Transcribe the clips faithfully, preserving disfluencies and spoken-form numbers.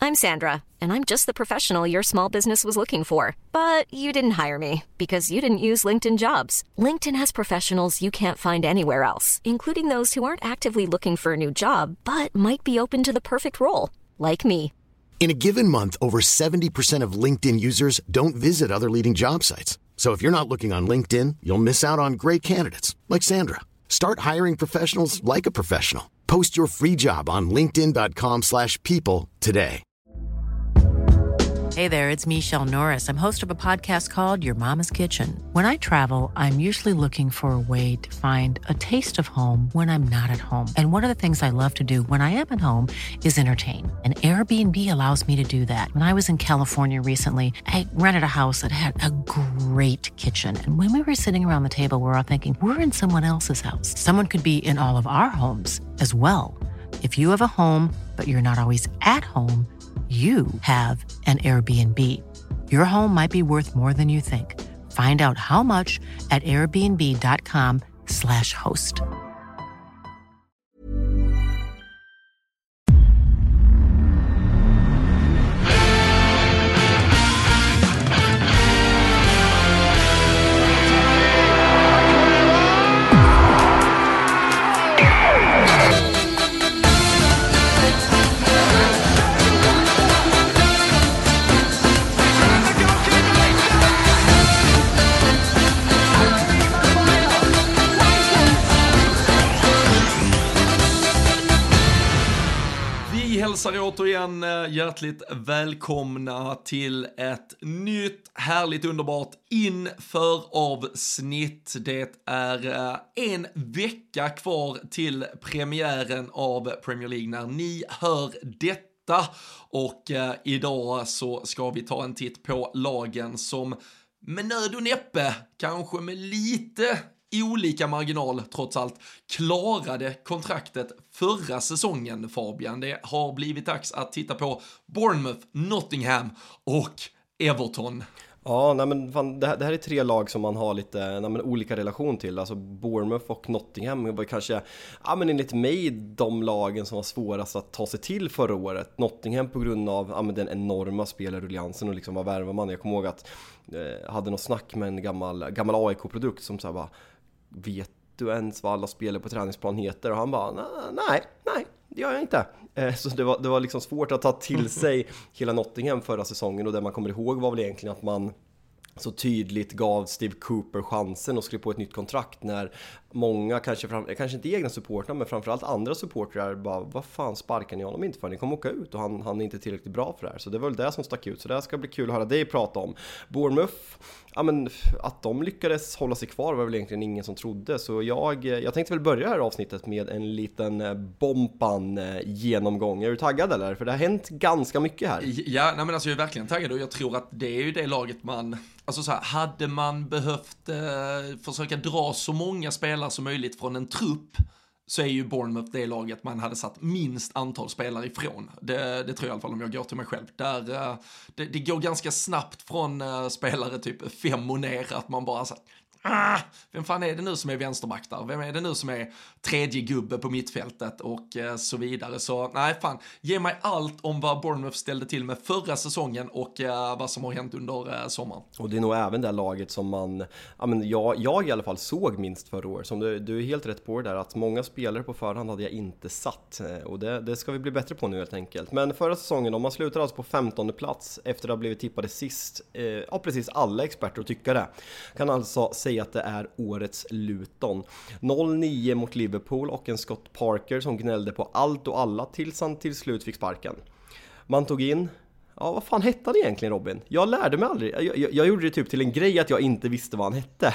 I'm Sandra, and I'm just the professional your small business was looking for. But you didn't hire me because you didn't use LinkedIn Jobs. LinkedIn has professionals you can't find anywhere else, including those who aren't actively looking for a new job, but might be open to the perfect role, like me. In a given month, over seventy percent of LinkedIn users don't visit other leading job sites. So if you're not looking on LinkedIn, you'll miss out on great candidates like Sandra. Start hiring professionals like a professional. Post your free job on linkedin dot com slash people today. Hey there, it's Michelle Norris. I'm host of a podcast called Your Mama's Kitchen. When I travel, I'm usually looking for a way to find a taste of home when I'm not at home. And one of the things I love to do when I am at home is entertain. And Airbnb allows me to do that. When I was in California recently, I rented a house that had a great kitchen. And when we were sitting around the table, we were all thinking, we're in someone else's house. Someone could be in all of our homes as well. If you have a home, but you're not always at home, you have an Airbnb. Your home might be worth more than you think. Find out how much at airbnb dot com slash host. Hälsar er återigen hjärtligt välkomna till ett nytt härligt underbart inför avsnitt. Det är en vecka kvar till premiären av Premier League när ni hör detta. Och eh, idag så ska vi ta en titt på lagen som med nöd och näppe, kanske med lite olika marginal trots allt, klarade kontraktet förra säsongen, Fabian. Det har blivit dags att titta på Bournemouth, Nottingham och Everton. Ja, nej men fan, det, här, det här är tre lag som man har lite nej men, olika relation till. Alltså Bournemouth och Nottingham var kanske, ja men enligt mig, de lagen som var svårast att ta sig till förra året. Nottingham på grund av ja, men, den enorma spelarruljansen och liksom vad värvar man. Jag kommer ihåg att eh, hade något snack med en gammal, gammal A I K-produkt som så här bara, vet du ens vad alla spelare på träningsplan heter? Och han bara, nej, nej, det gör jag inte. Eh, så det var, det var liksom svårt att ta till sig hela Nottingham förra säsongen. Och det man kommer ihåg var väl egentligen att man så tydligt gav Steve Cooper chansen att skriva på ett nytt kontrakt när många, kanske, fram, kanske inte egna supportrar men framförallt andra supportrar bara, vad fan sparkar ni honom inte för? Ni kommer åka ut och han, han är inte tillräckligt bra för det här. Så det var väl det som stack ut. Så det här ska bli kul att höra dig prata om. Bournemouth, ja men att de lyckades hålla sig kvar var väl egentligen ingen som trodde. Så jag, jag tänkte väl börja det här avsnittet med en liten bomban genomgång. Är du taggad eller? För det har hänt ganska mycket här. Ja, nej men alltså jag är verkligen taggad och jag tror att det är ju det laget man, alltså så här, hade man behövt eh, försöka dra så många spelare som möjligt från en trupp, så är ju Bournemouth det laget man hade satt minst antal spelare ifrån. Det, det tror jag i alla fall om jag går till mig själv. Där, uh, det, det går ganska snabbt från uh, spelare typ fem och ner att man bara så ah, vem fan är det nu som är vänsterback där? Vem är det nu som är tredje gubbe på mittfältet och uh, så vidare. Så nej fan, ge mig allt om vad Bournemouth ställde till med förra säsongen och uh, vad som har hänt under uh, sommaren. Och det är nog även det laget som man, ja men jag, jag i alla fall såg minst förra år. Som du, du är helt rätt på det där, att många spelare på förhand hade jag inte satt. Och det, det ska vi bli bättre på nu helt enkelt. Men förra säsongen, om man slutar alltså på femtonde plats efter att ha blivit tippade sist, eh, ja precis alla experter och tyckare kan alltså säga att det är årets Luton. noll nio mot Liverpool och en Scott Parker som gnällde på allt och alla tills han till slut fick sparken. Man tog in, ja vad fan hette han egentligen, Robin? Jag lärde mig aldrig, jag, jag, jag gjorde det typ till en grej att jag inte visste vad han hette.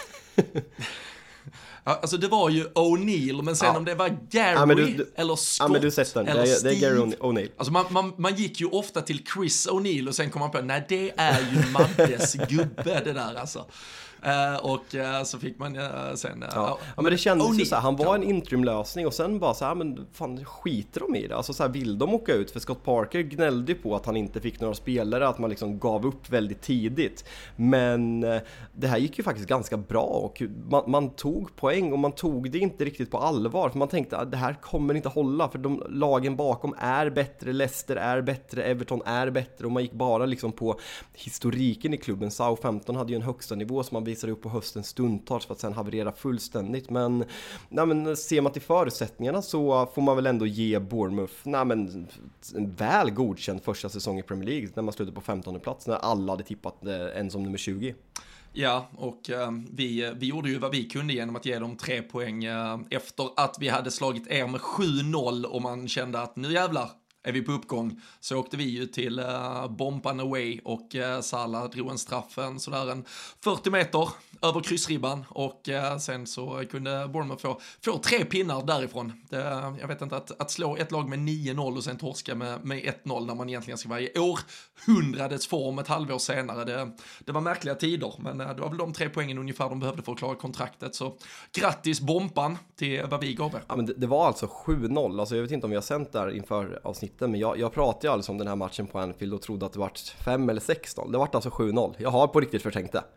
Alltså det var ju O'Neill, men sen ja. om det var Gary ja, du, du, eller Scott ja, men du sett den. Eller det är, Steve. Det är Gary O'Neill. Alltså man, man, man gick ju ofta till Chris O'Neill och sen kom man på, nej det är ju Maddes gubbe det där alltså. Uh, och uh, så fick man uh, sen... Uh, ja. ja, men det kändes oh, ju så här, han var en interimlösning och sen bara så här, men fan skiter de i det? Alltså så här, vill de åka ut? För Scott Parker gnällde på att han inte fick några spelare, att man liksom gav upp väldigt tidigt. Men uh, det här gick ju faktiskt ganska bra och man, man tog poäng och man tog det inte riktigt på allvar. För man tänkte att det här kommer inte hålla, för de lagen bakom är bättre, Leicester är bättre, Everton är bättre, och man gick bara liksom på historiken i klubben. Southampton hade ju en högsta nivå som man visade upp på hösten stundtals för att sen haverera fullständigt. Men, nej, men ser man till förutsättningarna så får man väl ändå ge Bournemouth nej, men, en väl godkänd första säsong i Premier League när man slutade på femtonde plats när alla hade tippat eh, en som nummer tjugo. Ja, och uh, vi, vi gjorde ju vad vi kunde genom att ge dem tre poäng uh, efter att vi hade slagit er med sju noll och man kände att nu jävlar är vi på uppgång. Så åkte vi ju till uh, Bompan away och uh, Salah drog en straffen sådär en fyrtio meter över kryssribban och uh, sen så kunde Bournemouth få, få tre pinnar därifrån. Det, jag vet inte, att, att slå ett lag med nio noll och sen torska med, med ett noll när man egentligen ska vara i århundradets form ett halvår senare. Det, det var märkliga tider, men uh, det var väl de tre poängen ungefär de behövde för att klara kontraktet. Så grattis Bompan till vad vi gav er. Ja, men det, det var alltså sju noll, alltså jag vet inte om vi har sänt där inför avsnittet. Men jag, jag pratade ju alltså om den här matchen på Anfield och trodde att det var fem eller sex noll. Det var alltså sju noll. Jag har på riktigt förtänkt det.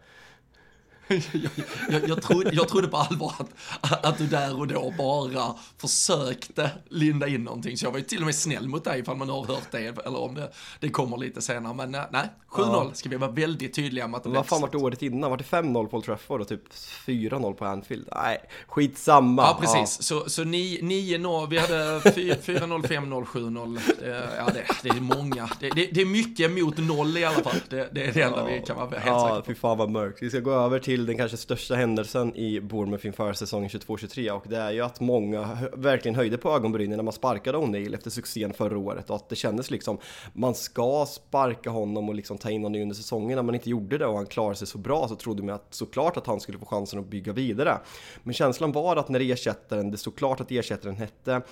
jag, jag, jag, trodde, jag trodde på allvar att, att du där och då bara försökte linda in någonting. Så jag var ju till och med snäll mot dig ifall man har hört det eller om det, det kommer lite senare. Men nej, sju noll ska vi vara väldigt tydliga med att det Vad fan var det året innan? Var det fem noll på Old Trafford och typ fyra noll på Anfield? Nej, skitsamma. Ja, precis. Ja. Så, så nio noll, vi hade fyra noll, fem noll, sju noll. Ja, det, det är många. Det, det, det är mycket mot noll i alla fall. Det, det är det enda ja. vi kan vara helt ja, säkra på. Fy fan vad mörkt. Vi ska gå över till den kanske största händelsen i Bournemouth inför säsongen tjugotvå tjugotre, och det är ju att många hö- verkligen höjde på ögonbrynen när man sparkade O'Neill efter succén förra året, och att det kändes liksom man ska sparka honom och liksom ta in honom under säsongen. När man inte gjorde det och han klarade sig så bra så trodde man att såklart att han skulle få chansen att bygga vidare. Men känslan var att när ersättaren, det stod klart att ersättaren hette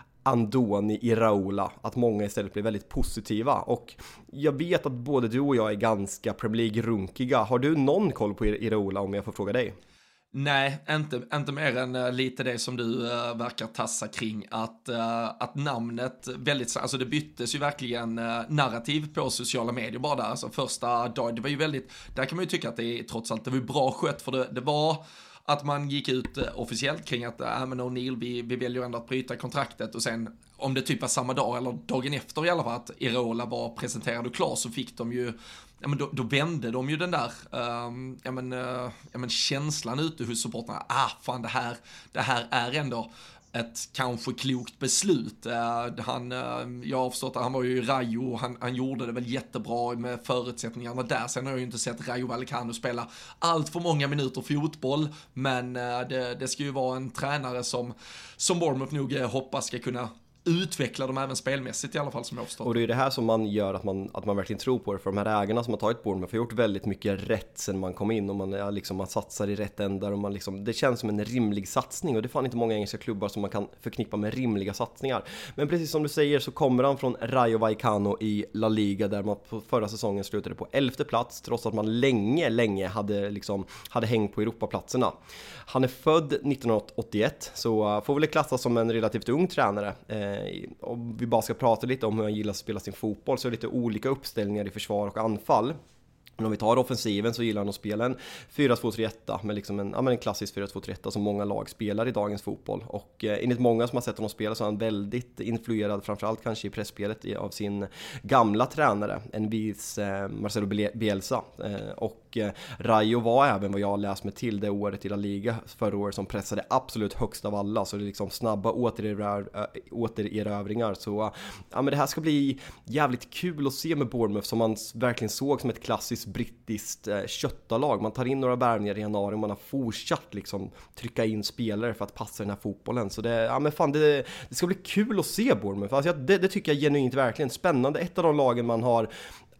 Andoni Iraola, att många istället blev väldigt positiva. Och jag vet att både du och jag är ganska Premier League-runkiga. Har du någon koll på Iraola om jag får fråga dig? Nej, inte, inte mer än uh, lite det som du uh, verkar tassa kring, att, uh, att namnet väldigt, alltså det byttes ju verkligen uh, narrativ på sociala medier bara där, alltså första dag, det var ju väldigt, där kan man ju tycka att det är trots allt, det var ju bra skött, för det, det var att man gick ut uh, officiellt kring att äh, men O'Neill, vi, vi väljer ändå att bryta kontraktet, och sen om det typ var samma dag eller dagen efter i alla fall att Iraola var presenterad och klar, så fick de ju, ja men då, då vände de ju den där um, ja, men, uh, ja men känslan ute hos supporterna, ah fan det här, det här är ändå ett kanske klokt beslut. Uh, han, uh, jag har förstått att han var ju i Rayo, han, han gjorde det väl jättebra med förutsättningarna där. Sen har jag ju inte sett Rayo Vallecano spela allt för många minuter fotboll, men uh, det, det ska ju vara en tränare som, som Bournemouth nog uh, hoppas ska kunna utveckla dem även spelmässigt i alla fall, som jag förstår. Och det är det här som man gör att man, att man verkligen tror på det, för de här ägarna som har tagit Bournemouth har gjort väldigt mycket rätt sen man kom in, och man, ja, liksom, man satsar i rätt ändar och man liksom, det känns som en rimlig satsning, och det är fan inte många engelska klubbar som man kan förknippa med rimliga satsningar. Men precis som du säger så kommer han från Rayo Vallecano i La Liga, där man på förra säsongen slutade på elfte plats trots att man länge, länge hade, liksom, hade hängt på Europaplatserna. Han är född nittonhundraåttioett, så får väl klassas som en relativt ung tränare. Eh, om vi bara ska prata lite om hur han gillar att spela sin fotboll, så är det lite olika uppställningar i försvar och anfall. Men om vi tar offensiven så gillar han att spela en fyra två tre ett med liksom en, ja, men en klassisk fyra två tre ett som många lag spelar i dagens fotboll. Och eh, enligt många som har sett honom spela så är han väldigt influerad, framförallt kanske i pressspelet, i, av sin gamla tränare, en vis eh, Marcelo Bielsa. Eh, och eh, Rayo var även, vad jag har läst mig till, det året i La Liga förra året som pressade absolut högst av alla. Så det är liksom snabba återeröv, äh, återerövringar. Så ja, men det här ska bli jävligt kul att se med Bournemouth, som man verkligen såg som ett klassiskt brittiskt eh, köttalag. Man tar in några värvningar i januari och man har fortsatt liksom trycka in spelare för att passa den här fotbollen. Så det, ja, men fan, det, det ska bli kul att se Bournemouth. Alltså, det, det tycker jag genuint verkligen spännande. Ett av de lagen man har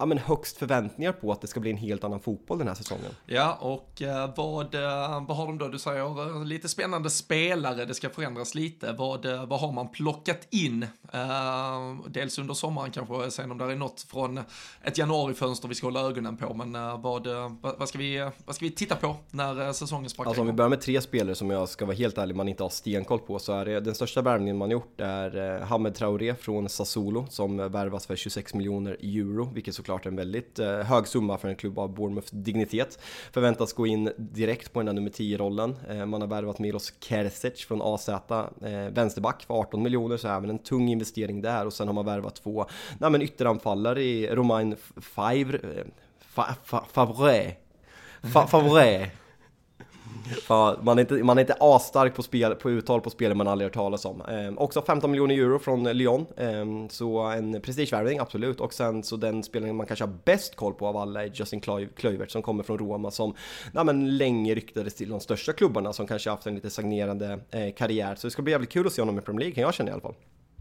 ja, men högst förväntningar på att det ska bli en helt annan fotboll den här säsongen. Ja, och eh, vad, eh, vad har de då? Du säger eh, lite spännande spelare, det ska förändras lite. Vad, eh, vad har man plockat in? Eh, dels under sommaren kanske, sen om det är något från ett januarifönster vi ska hålla ögonen på. Men eh, vad, eh, vad, vad, ska vi, vad ska vi titta på när eh, säsongen sparkar? Alltså om vi börjar med tre spelare som jag ska vara helt ärlig, man inte har stenkoll på, så är det den största värvningen man gjort är eh, Hamed Traoré från Sassuolo som värvas för tjugosex miljoner euro, vilket såklart är en väldigt eh, hög summa för en klubb av Bournemouths dignitet. Förväntas gå in direkt på den där nummer tio-rollen. Eh, man har värvat Milos Kersic från A Z, eh, vänsterback för arton miljoner, så även en tung investering där. Och sen har man värvat två nej, men ytteranfallare i Romain Favre, eh, fa, fa, Favre, fa, Favre. Man är inte, man är inte asstark på, spel, på uttal på spel man aldrig hört talas om. Eh, också femton miljoner euro från Lyon. Eh, så en prestigevärvning, absolut. Och sen så den spelaren man kanske har bäst koll på av alla är Justin Kluivert som kommer från Roma, som nej, men länge ryktades till de största klubbarna, som kanske haft en lite stagnerande eh, karriär. Så det ska bli jävligt kul att se honom i Premier League, kan jag känna i alla fall.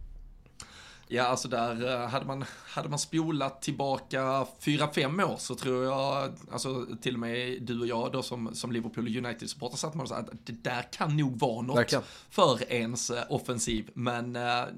Ja, alltså där hade man, hade man spolat tillbaka fyra fem år så tror jag, alltså till och med du och jag då som, som Liverpool och United-supporter satt man och sa att det där kan nog vara något Verkligen. för ens offensiv. Men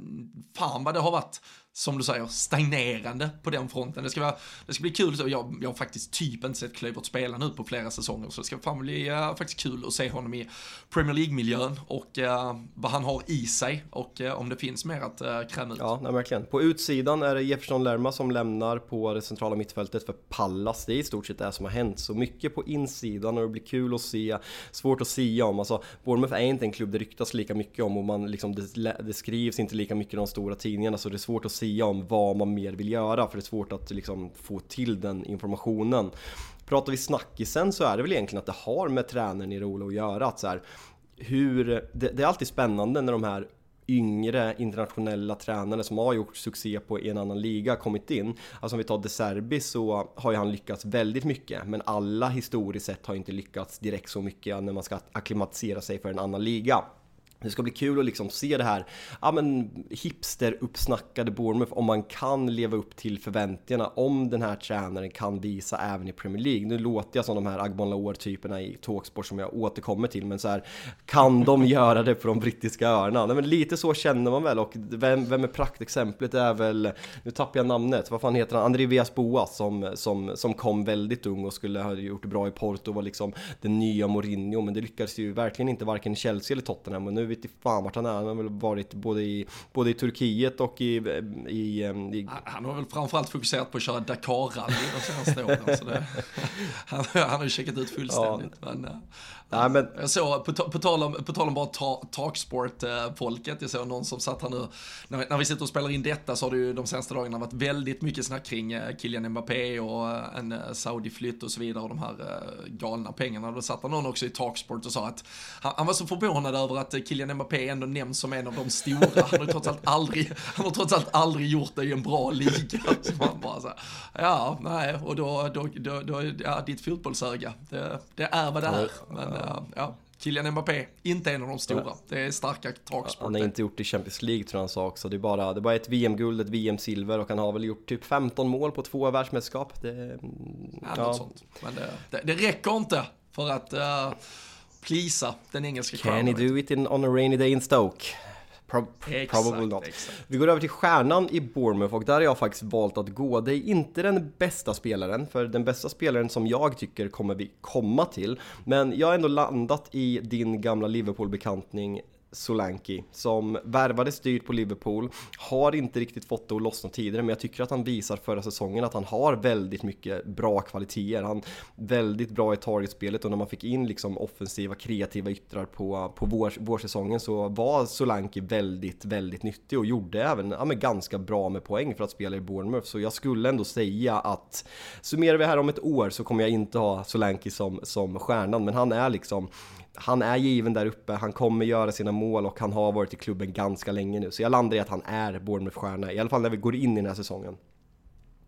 fan vad det har varit, som du säger, stagnerande på den fronten. Det ska, vara, det ska bli kul. Jag, jag har faktiskt typ inte sett Kluivert spela nu på flera säsonger, så det ska fan bli uh, faktiskt kul att se honom i Premier League-miljön och uh, vad han har i sig och uh, om det finns mer att uh, kräma ut. Ja, nej, verkligen. På utsidan är det Jefferson Lerma som lämnar på det centrala mittfältet för Pallas. Det är i stort sett det som har hänt. Så mycket på insidan och det blir kul att se. Svårt att sia om. Alltså, Bournemouth är inte en klubb det ryktas lika mycket om och man, liksom, det, det skrivs inte lika mycket i de stora tidningarna, så det är svårt att om vad man mer vill göra, för det är svårt att liksom få till den informationen. Pratar vi snackisen så är det väl egentligen att det har med tränaren i Rola att göra, att så här, hur, det, det är alltid spännande när de här yngre internationella tränare som har gjort succé på en annan liga kommit in. Alltså om vi tar De Serbi så har ju han lyckats väldigt mycket, men alla historiskt sett har inte lyckats direkt så mycket när man ska akklimatisera sig för en annan liga. Det ska bli kul att liksom se det här ja, men hipster-uppsnackade Bournemouth, om man kan leva upp till förväntningarna, om den här tränaren kan visa även i Premier League. Nu låter jag som de här Agbon Laor-typerna i Talksport som jag återkommer till, men så här, kan de göra det på de brittiska öarna? Nej, men lite så känner man väl, och vem, vem är praktexemplet är väl, nu tappar jag namnet, vad fan heter han? André Villas-Boas som, som, som kom väldigt ung och skulle ha gjort det bra i Porto och var liksom den nya Mourinho, men det lyckades ju verkligen inte varken i Chelsea eller Tottenham, och nu vet inte fan vart han är. Han har väl varit både i, både i Turkiet och i, i, i... Han har väl framförallt fokuserat på att köra Dakar-rally de senaste åren. Så det, han, han har ju checkat ut fullständigt. Ja. Men, Nej, men... Jag såg, på, på, tal om, på tal om bara ta, Talksport-folket, jag såg någon som satt här nu, när, när vi sitter och spelar in detta så har det ju de senaste dagarna varit väldigt mycket snack kring Kylian Mbappé och en Saudi-flytt och så vidare och de här galna pengarna. Då satt någon också i Talksport och sa att han, han var så förvånad över att Kylian Mbappé ändå nämns som en av de stora. Han har trots allt aldrig, han har trots allt aldrig gjort det i en bra liga. Så man bara så här, ja, nej, och då, då, då, då ja, ditt fotbollsöga, det, det är vad det är. Men ja, Kylian Mbappé, inte en av de stora. Det är starka Talksport. Han har inte gjort det i Champions League tror jag han sa också. Det är bara, det är bara ett V M-guld, ett V M-silver, och han har väl gjort typ femton mål på två världsmästerskap. Det, ja, ja. Sånt. Men det, det, det räcker inte för att uh, plisa den engelska crowden. Can he do it in, on a rainy day in Stoke? Pro- exakt, probably not. Exakt. Vi går över till stjärnan i Bournemouth, och där har jag faktiskt valt att gå. Det är inte den bästa spelaren, för den bästa spelaren som jag tycker kommer vi komma till. Men jag har ändå landat i din gamla Liverpool-bekantning Solanke, som värvades dyrt på Liverpool, har inte riktigt fått det att lossna tidigare, men jag tycker att han visar förra säsongen att han har väldigt mycket bra kvaliteter. Han väldigt bra i targetspelet, och när man fick in liksom offensiva, kreativa yttrar på, på vår, vårsäsongen så var Solanke väldigt, väldigt nyttig och gjorde även ja, men ganska bra med poäng för att spela i Bournemouth. Så jag skulle ändå säga att summerar vi här om ett år så kommer jag inte ha Solanke som, som stjärnan, men han är liksom han är given där uppe, han kommer göra sina mål och han har varit i klubben ganska länge nu. Så jag landar i att han är Bournemouth-stjärna, i alla fall när vi går in i den här säsongen.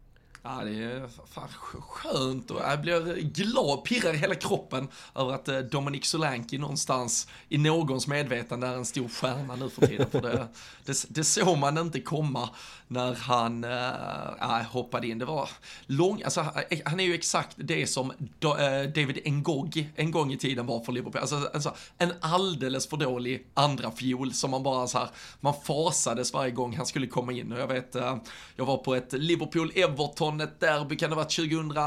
Ja, det är fan skönt och jag blir glad, pirrar hela kroppen över att Dominic Solanke någonstans i någons medvetande är en stor stjärna nu för tiden. För det, det, det såg man inte komma när han äh, hoppade in. Det var lång, alltså, han är ju exakt det som David Ngog en gång i tiden var för Liverpool. Alltså, alltså en alldeles för dålig andra fjol som man bara så här, man fasades varje gång han skulle komma in. Och jag vet, jag var på ett Liverpool-Everton, ett derby, kan det ha varit tjugo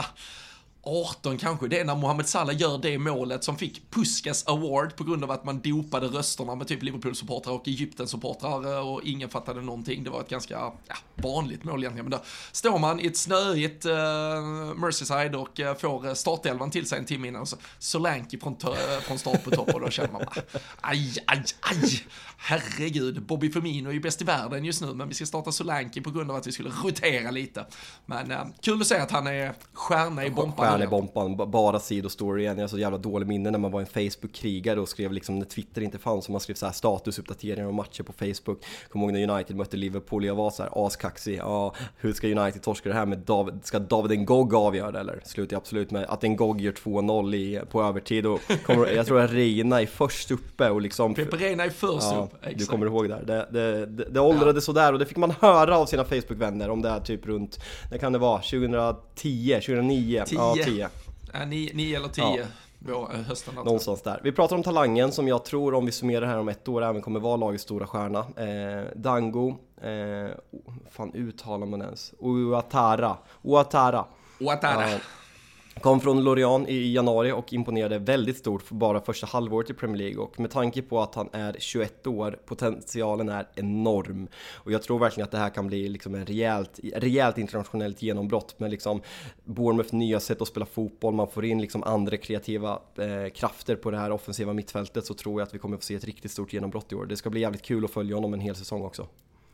arton kanske, det är när Mohamed Salah gör det målet som fick Puskas Award på grund av att man dopade rösterna med typ Liverpool-supportrar och Egypten-supportrar och ingen fattade någonting. Det var ett ganska ja, vanligt mål egentligen, men då står man i ett snöigt uh, Merseyside och uh, får startelvan till sig en timme innan och så Solanke från, från start på topp och då känner man bara aj, aj, aj, herregud, Bobby Firmino är ju bäst i världen just nu, men vi ska starta Solanke på grund av att vi skulle rotera lite. Men uh, kul att säga att han är stjärna i bomban. I bomban, bara sidostory igen. Jag har så jävla dålig minne när man var en Facebook-krigare och skrev liksom när Twitter inte fanns, så man skrev så här statusuppdateringar och matcher på Facebook. Kommer ihåg när United mötte Liverpool, jag var så här askaxig. Ja, hur ska United torska det här med David? Ska David Ngog avgöra det, eller? Slutar jag absolut med att Ngog gör två noll i, på övertid och kommer, jag tror att Reina är först uppe och liksom Pepe Reina är först ja, upp. Exakt. Du kommer ihåg där. Det, det, det, det åldrade ja. sådär och det fick man höra av sina Facebook-vänner om det här typ runt, det kan det vara tjugohundratio, tjugohundraniio. Ja, tio. Ja, nio, nio eller tio. Ja. Hösten, någonstans där. Vi pratar om talangen som jag tror, om vi summerar här om ett år, även kommer vara lagets stora stjärna. Eh, Dango, eh, fan uttalar man ens? Ouattara. Ouattara. Ouattara. Eh, kom från Lorient i januari och imponerade väldigt stort för bara första halvåret i Premier League, och med tanke på att han är tjugoett år, potentialen är enorm och jag tror verkligen att det här kan bli liksom en rejält, rejält internationellt genombrott med liksom Bournemouth nya sätt att spela fotboll, man får in liksom andra kreativa eh, krafter på det här offensiva mittfältet, så tror jag att vi kommer få se ett riktigt stort genombrott i år. Det ska bli jävligt kul att följa honom en hel säsong också.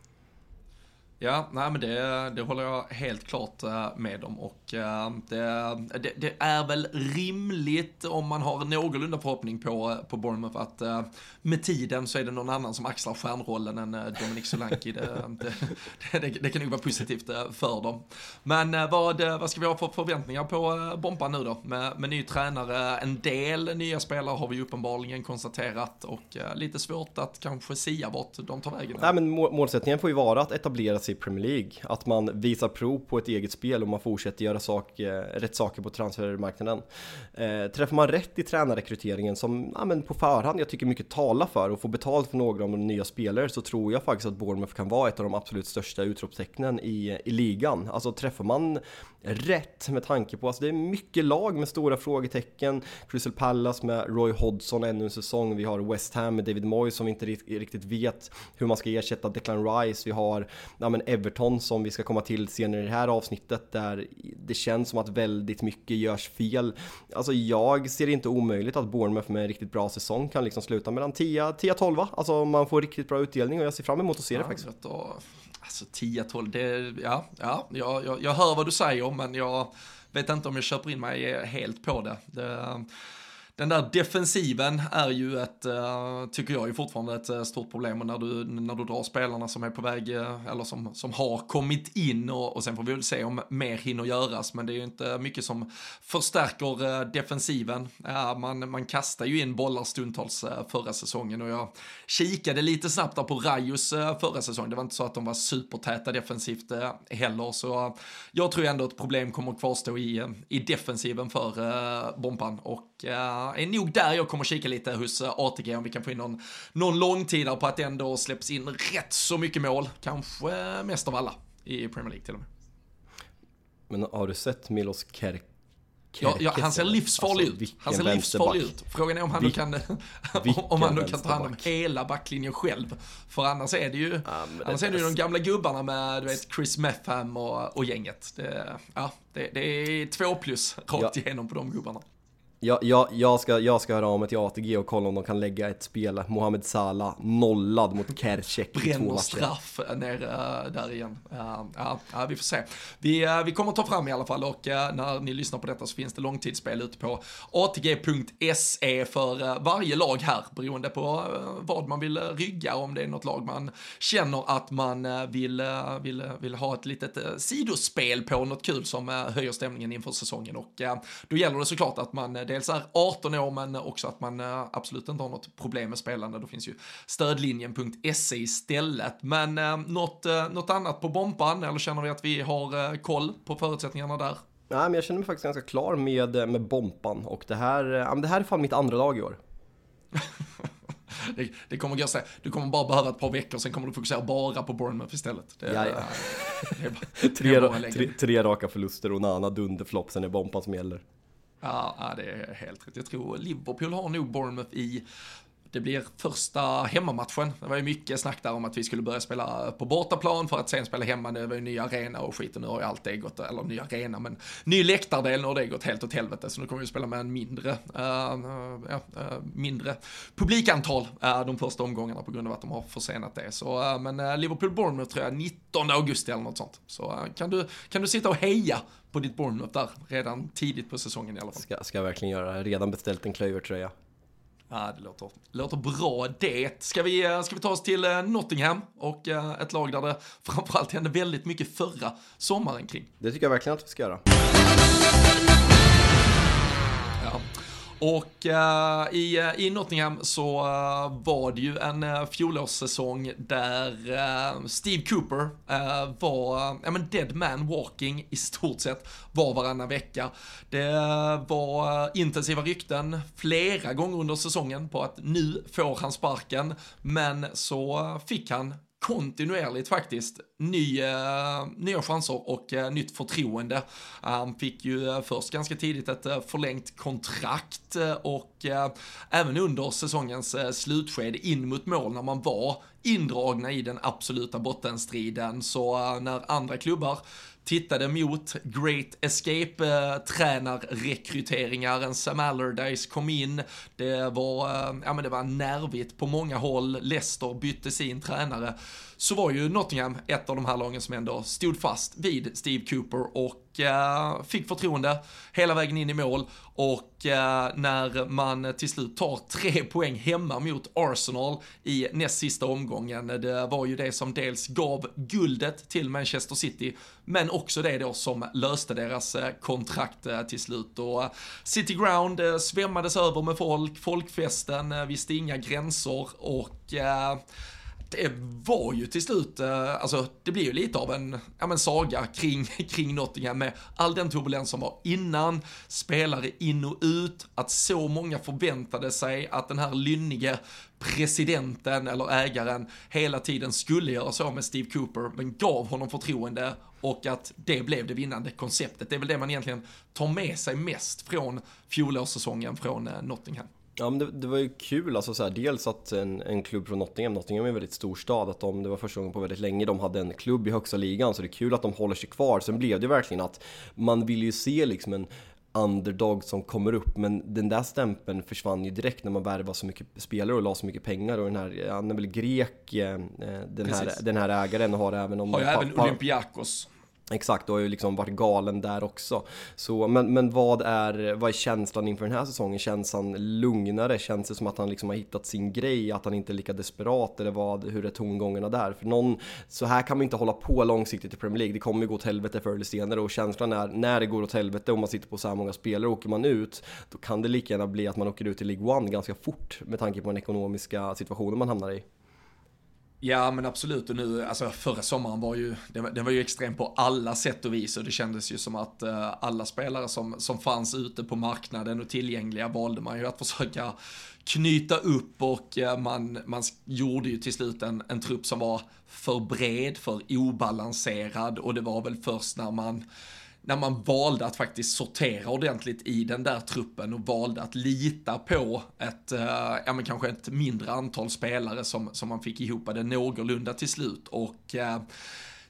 Ja, nej men det, det håller jag helt klart med om, och det, det, det är väl rimligt om man har någorlunda förhoppning på, på Bournemouth att med tiden så är det någon annan som axlar stjärnrollen än Dominic Solanke. Det, det, det, det kan ju vara positivt för dem. Men vad, vad ska vi ha för förväntningar på Bompan nu då? Med, med ny tränare, en del nya spelare har vi uppenbarligen konstaterat och lite svårt att kanske sia vart de tar vägen. Nej, men målsättningen får ju vara att etablera sig i Premier League, att man visar prov på ett eget spel och man fortsätter göra sak, eh, rätt saker på transfermarknaden. Eh, träffar man rätt i tränarrekryteringen som ja, men på förhand jag tycker mycket talar för och får betalt för några av de nya spelare, så tror jag faktiskt att Bournemouth kan vara ett av de absolut största utropstecknen i, i ligan. Alltså träffar man rätt med tanke på, alltså det är mycket lag med stora frågetecken. Crystal Palace med Roy Hodgson ännu en säsong, vi har West Ham med David Moyes som vi inte riktigt vet hur man ska ersätta Declan Rice, vi har ja, men Everton som vi ska komma till senare i det här avsnittet, där det känns som att väldigt mycket görs fel. Alltså jag ser inte omöjligt att Bournemouth med en riktigt bra säsong kan liksom sluta mellan tio tolv, alltså man får riktigt bra utdelning och jag ser fram emot att se ja, det faktiskt. Då, alltså tio tolv, det, ja, ja jag, jag, jag hör vad du säger, men jag vet inte om jag köper in mig helt på det. det Den där defensiven är ju ett, uh, tycker jag ju fortfarande ett uh, stort problem, och när du, när du drar spelarna som är på väg, uh, eller som, som har kommit in, och, och sen får vi väl se om mer hinner göras, men det är ju inte mycket som förstärker uh, defensiven. Uh, man, man kastar ju in bollar stundtals uh, förra säsongen, och jag kikade lite snabbt där på Rajus uh, förra säsongen. Det var inte så att de var supertäta defensivt uh, heller, så uh, jag tror ändå att problem kommer kvarstå i, uh, i defensiven för uh, Bompan, och uh, är nog där jag kommer kika lite hos A T G om vi kan få in någon, någon långtidare på att det ändå släpps in rätt så mycket mål, kanske mest av alla i Premier League till och med. Men har du sett Milos Kerk? Ja, ja, han ser livsfarlig alltså, ut. Han ser livsfarlig ut. Frågan är om han, Vil- kan, om han då kan ta hand om hela backlinjen själv. För annars är det ju, ja, annars är det ju de gamla gubbarna med du vet, Chris Metham och, och gänget. Det, ja, det, det är två plus rakt ja. igenom på de gubbarna. Jag, jag, jag, ska, jag ska höra av mig till A T G och kolla om de kan lägga ett spel. Mohamed Salah nollad mot Kercek. Bränner straff nere där igen. Ja, ja, ja, vi får se. Vi, vi kommer ta fram i alla fall, och när ni lyssnar på detta så finns det långtidsspel ute på A T G punkt se för varje lag här, beroende på vad man vill rygga, om det är något lag man känner att man vill, vill, vill ha ett litet sidospel på, något kul som höjer stämningen inför säsongen. Och då gäller det såklart att man dels är arton år, men också att man absolut inte har något problem med spelande. Då finns ju stödlinjen punkt se istället. Men eh, något, eh, något annat på bomban, eller känner vi att vi har eh, koll på förutsättningarna där? Nej, men jag känner mig faktiskt ganska klar med, med bomban, och det här, ja, det här är fan mitt andra lag i år. det, det kommer gå så. Du kommer bara behöva ett par veckor, sen kommer du fokusera bara på Bournemouth istället. Det, ja, ja. Det är bara, tre, det är tre, tre raka förluster och Nana dunderflopp, sen är bomban som gäller. Ja, ja, det är helt rätt. Jag tror Liverpool har nog Bournemouth i... Det blir första hemmamatchen. Det var ju mycket snack där om att vi skulle börja spela på bortaplan för att sen spela hemma. Det var ju ny arena och skit, och nu har ju allt det gått, eller ny arena, men ny läktardel, nu har det gått helt åt helvete. Så nu kommer vi spela med en mindre, uh, uh, uh, mindre publikantal uh, de första omgångarna på grund av att de har försenat det. Så, uh, men uh, Liverpool-Bournemouth tror jag nittonde augusti eller något sånt. Så uh, kan, du, kan du sitta och heja på ditt Bournemouth där redan tidigt på säsongen i alla fall. Ska, ska jag verkligen göra det? Redan beställt en klövertröja. Ja, det låter, låter bra det. Ska vi, ska vi ta oss till Nottingham och ett lag där det framförallt hände väldigt mycket förra sommaren kring? Det tycker jag verkligen att vi ska göra. Ja. Och uh, i, i Nottingham så uh, var det ju en uh, fjolårssäsong där uh, Steve Cooper uh, var uh, ja, men dead man walking i stort sett var varannan vecka. Det uh, var uh, intensiva rykten flera gånger under säsongen på att nu får han sparken, men så uh, fick han kontinuerligt faktiskt nya, nya chanser och uh, nytt förtroende. Han um, fick ju uh, först ganska tidigt ett uh, förlängt kontrakt uh, och uh, även under säsongens uh, slutskede in mot mål när man var indragna i den absoluta bottenstriden, så uh, när andra klubbar tittade mot Great Escape-tränarrekryteringar, en Sam Allardyce kom in, det var, ja, men det var nervigt på många håll, Leicester bytte sin tränare, så var ju Nottingham ett av de här lagen som ändå stod fast vid Steve Cooper och uh, fick förtroende hela vägen in i mål, och uh, när man till slut tar tre poäng hemma mot Arsenal i näst sista omgången, det var ju det som dels gav guldet till Manchester City, men också det då som löste deras uh, kontrakt uh, till slut, och uh, City Ground uh, svämmades över med folk, folkfesten uh, visste inga gränser, och uh, det var ju till slut, alltså det blir ju lite av en, ja, men saga kring, kring Nottingham med all den turbulens som var innan, spelare in och ut, att så många förväntade sig att den här lynnige presidenten eller ägaren hela tiden skulle göra så med Steve Cooper, men gav honom förtroende, och att det blev det vinnande konceptet. Det är väl det man egentligen tar med sig mest från fjolårssäsongen från Nottingham. Ja, men det, det var ju kul, alltså så här, dels att en, en klubb från Nottingham, Nottingham är en väldigt stor stad, att de, det var första gången på väldigt länge de hade en klubb i högsta ligan, så det är kul att de håller sig kvar. Sen blev det verkligen att man vill ju se liksom en underdog som kommer upp, men den där stämpeln försvann ju direkt när man värvade så mycket spelare och la så mycket pengar, och den här, han är väl grek, den här, den här ägaren har även om har ju även Olympiakos. Exakt, och har ju liksom varit galen där också. Så, men, men vad, är, vad är känslan inför den här säsongen? Känns han lugnare? Känns det som att han liksom har hittat sin grej? Att han inte är lika desperat? Eller vad, hur är tongångarna där? För någon, så här kan man inte hålla på långsiktigt i Premier League. Det kommer ju gå åt helvete förr eller senare. Och känslan är, när det går åt helvete och man sitter på så här många spelare, åker man ut, då kan det lika gärna bli att man åker ut i League One ganska fort med tanke på den ekonomiska situationen man hamnar i. Ja, men absolut, och nu, alltså förra sommaren var ju, den, den var ju extrem på alla sätt och vis, och det kändes ju som att uh, alla spelare som, som fanns ute på marknaden och tillgängliga valde man ju att försöka knyta upp, och uh, man, man gjorde ju till slut en, en trupp som var för bred, för obalanserad, och det var väl först när man när man valde att faktiskt sortera ordentligt i den där truppen och valde att lita på ett, uh, ja men kanske ett mindre antal spelare som, som man fick ihop det någorlunda till slut. Och uh,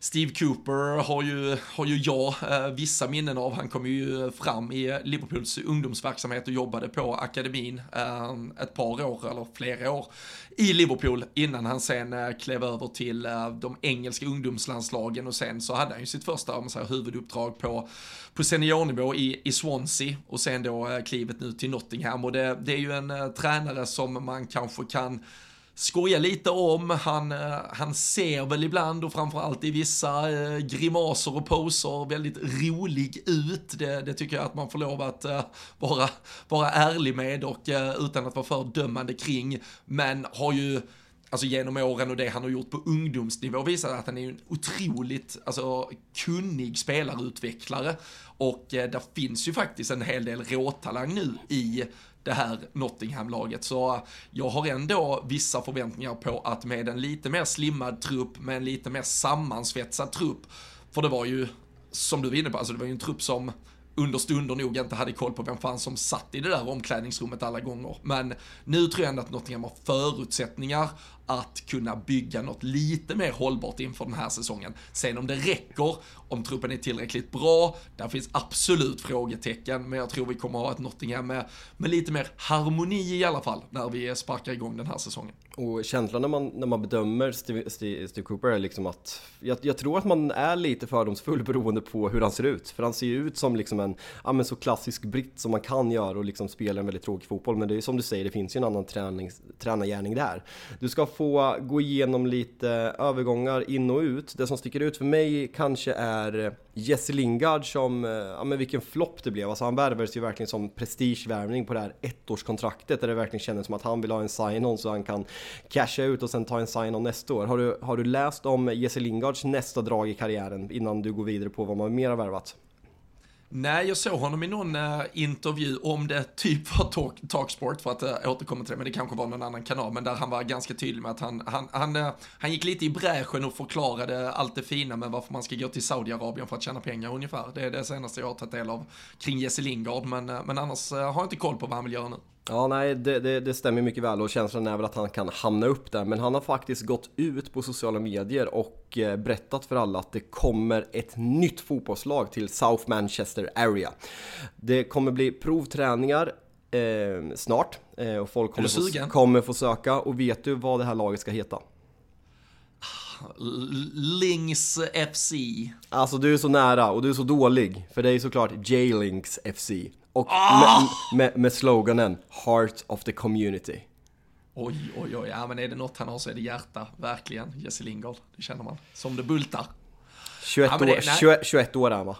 Steve Cooper har ju, har ju jag eh, vissa minnen av. Han kom ju fram i Liverpools ungdomsverksamhet och jobbade på akademin eh, ett par år eller flera år i Liverpool innan han sen eh, klev över till eh, de engelska ungdomslandslagen, och sen så hade han ju sitt första, om man säger, huvuduppdrag på, på seniornivå i, i Swansea, och sen då eh, klivet nu till Nottingham, och det, det är ju en eh, tränare som man kanske kan skoja lite om. Han, eh, han ser väl ibland, och framförallt i vissa eh, grimaser och poser, väldigt rolig ut. Det, det tycker jag att man får lov att eh, vara, vara ärlig med, och eh, utan att vara för dömande kring. Men har ju, alltså genom åren och det han har gjort på ungdomsnivå, visar att han är en otroligt alltså, kunnig spelarutvecklare. Och eh, där finns ju faktiskt en hel del råtalang nu i det här Nottingham-laget. Så jag har ändå vissa förväntningar på att med en lite mer slimmad trupp, med en lite mer sammansvetsad trupp, för det var ju, som du var inne på, alltså det var ju en trupp som under stunder nog inte hade koll på vem fan som satt i det där omklädningsrummet alla gånger. Men nu tror jag ändå att Nottingham har förutsättningar att kunna bygga något lite mer hållbart inför den här säsongen. Sen om det räcker, om truppen är tillräckligt bra, där finns absolut frågetecken, men jag tror vi kommer ha ett Nottingham med, med lite mer harmoni i alla fall när vi sparkar igång den här säsongen. Och känslan när man, när man bedömer Steve, Steve, Steve Cooper är liksom att jag, jag tror att man är lite fördomsfull beroende på hur han ser ut. För han ser ju ut som liksom en ja, men så klassisk britt som man kan göra och liksom spela en väldigt tråkig fotboll. Men det är ju som du säger, det finns ju en annan träning, tränargärning där. Du ska få gå igenom lite övergångar in och ut. Det som sticker ut för mig kanske är Jesse Lingard, som, ja men vilken flopp det blev. Alltså han värvades ju verkligen som prestigevärvning på det här ettårskontraktet, där det verkligen kändes som att han vill ha en sign-on så han kan casha ut och sen ta en sign-on nästa år. Har du, har du läst om Jesse Lingards nästa drag i karriären innan du går vidare på vad man mer har värvat? Nej, jag såg honom i någon uh, intervju om det, typ var talk, Talksport, för att uh, återkomma till det, men det kanske var någon annan kanal, men där han var ganska tydlig med att han, han, han, uh, han gick lite i bräschen och förklarade allt det fina med varför man ska gå till Saudiarabien för att tjäna pengar ungefär. Det är det senaste jag har tagit del av kring Jesse Lingard, men, uh, men annars uh, har jag inte koll på vad han vill göra nu. Ja, nej, det, det, det stämmer mycket väl, och känslan är väl att han kan hamna upp där. Men han har faktiskt gått ut på sociala medier och eh, berättat för alla att det kommer ett nytt fotbollslag till South Manchester area. Det kommer bli provträningar eh, snart eh, och folk kommer få, kommer få söka. Och vet du vad det här laget ska heta? Lynx F C. Alltså du är så nära och du är så dålig, för det är såklart J-Lynx F C. Och oh! med, med, med sloganen Heart of the Community. Oj, oj, oj. Ja, men är det något han har så är det hjärta. Verkligen, Jesse Lingard. Det känner man. Som det bultar. tjugoett, ja, det, år, tjugoett, tjugoett år är han, va?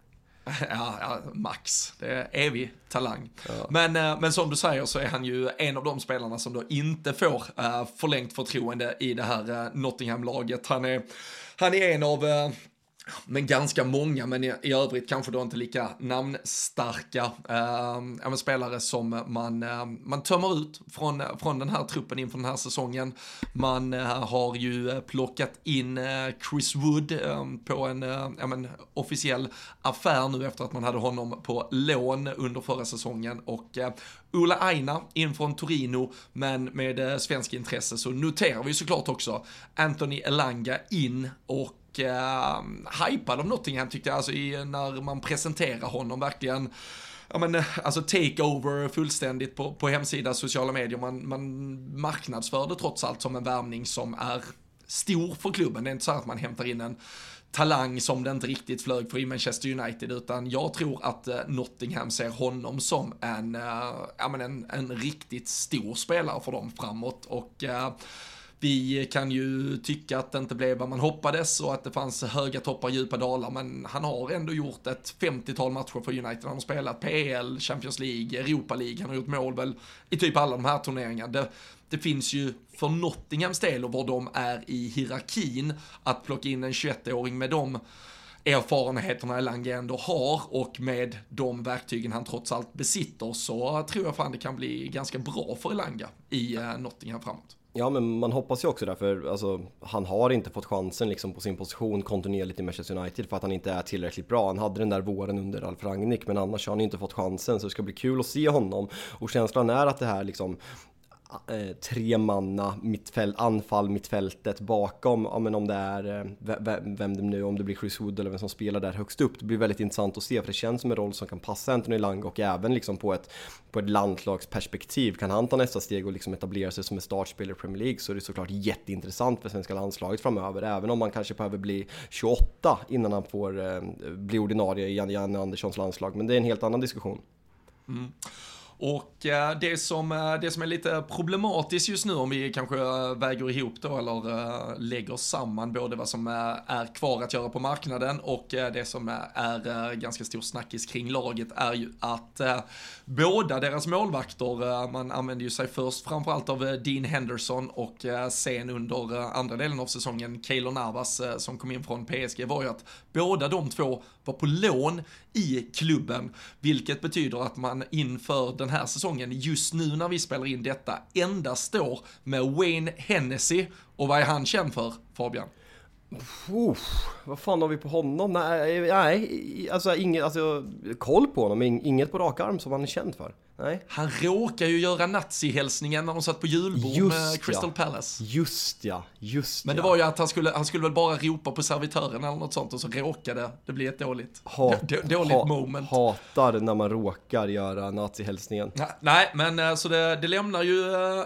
Ja, ja, max. Det är evig talang. Ja. Men, men som du säger så är han ju en av de spelarna som då inte får uh, förlängt förtroende i det här uh, Nottingham-laget. Han är, han är en av... Uh, men ganska många, men i, i övrigt kanske då inte lika namnstarka äh, spelare som man, äh, man tömmer ut från, från den här truppen inför den här säsongen. Man äh, har ju plockat in äh, Chris Wood äh, på en äh, men, officiell affär nu efter att man hade honom på lån under förra säsongen, och äh, Ola Aina in från Torino, men med äh, svensk intresse så noterar vi såklart också Anthony Elanga in, och Uh, hypad av Nottingham tyckte jag, alltså i, när man presenterar honom verkligen, ja men alltså take over fullständigt på, på hemsida, sociala medier, man, man marknadsför det trots allt som en värvning som är stor för klubben. Det är inte så att man hämtar in en talang som det inte riktigt flög för i Manchester United, utan jag tror att uh, Nottingham ser honom som en, uh, ja men en, en riktigt stor spelare för dem framåt, och uh, vi kan ju tycka att det inte blev vad man hoppades och att det fanns höga toppar och djupa dalar, men han har ändå gjort ett femtiotal matcher för United. Han har spelat P L, Champions League, Europa League, han har gjort mål väl i typ alla de här turneringarna. Det, det finns ju för Nottinghams del och var de är i hierarkin att plocka in en tjugoett-åring med de erfarenheterna Elanga ändå har, och med de verktygen han trots allt besitter, så tror jag fan det kan bli ganska bra för Elanga i uh, Nottingham framåt. Ja, men man hoppas ju också därför, alltså, han har inte fått chansen liksom, på sin position kontinuerligt i Manchester United för att han inte är tillräckligt bra. Han hade den där våren under Ralf Rangnick, men annars har han inte fått chansen, så det ska bli kul att se honom. Och känslan är att det här liksom, eh, tre manna mittfält, anfall mittfältet bakom, ja, men om det är eh, vem, vem det nu, om det blir Chris Wood eller vem som spelar där högst upp, det blir väldigt intressant att se, för det känns som en roll som kan passa Anthony Elanga, och även liksom på ett, på ett landslagsperspektiv, kan han ta nästa steg och liksom etablera sig som en startspelare i Premier League, så är det såklart jätteintressant för svenska landslaget framöver, även om man kanske behöver bli tjugoåtta innan han får eh, bli ordinarie i Janne Anderssons landslag, men det är en helt annan diskussion. Mm. Och eh, det, som, eh, det som är lite problematiskt just nu, om vi kanske äh, väger ihop då, eller äh, lägger samman både vad som äh, är kvar att göra på marknaden och äh, det som äh, är äh, ganska stor snackis kring laget, är ju att äh, båda deras målvakter, äh, man använder ju sig först framförallt av äh, Dean Henderson, och äh, sen under äh, andra delen av säsongen Keylor Navas äh, som kom in från P S G, var ju att båda de två var på lån i klubben, vilket betyder att man inför den här säsongen, just nu när vi spelar in detta, endast står med Wayne Hennessy. Och vad är han känd för, Fabian? Uh, vad fan har vi på honom? Nej, nej alltså, inget, alltså koll på honom, inget på rak arm som han är känd för. Nej. Han råkar ju göra nazi-hälsningen när de satt på julbord just med Crystal ja. Palace. Just ja, just Men det ja. var ju att han skulle, han skulle väl bara ropa på servitören eller något sånt, och så råkade det bli ett dåligt, Hat, d- dåligt ha, moment. Hatar när man råkar göra nazi-hälsningen. Ja, nej, men så det, det lämnar ju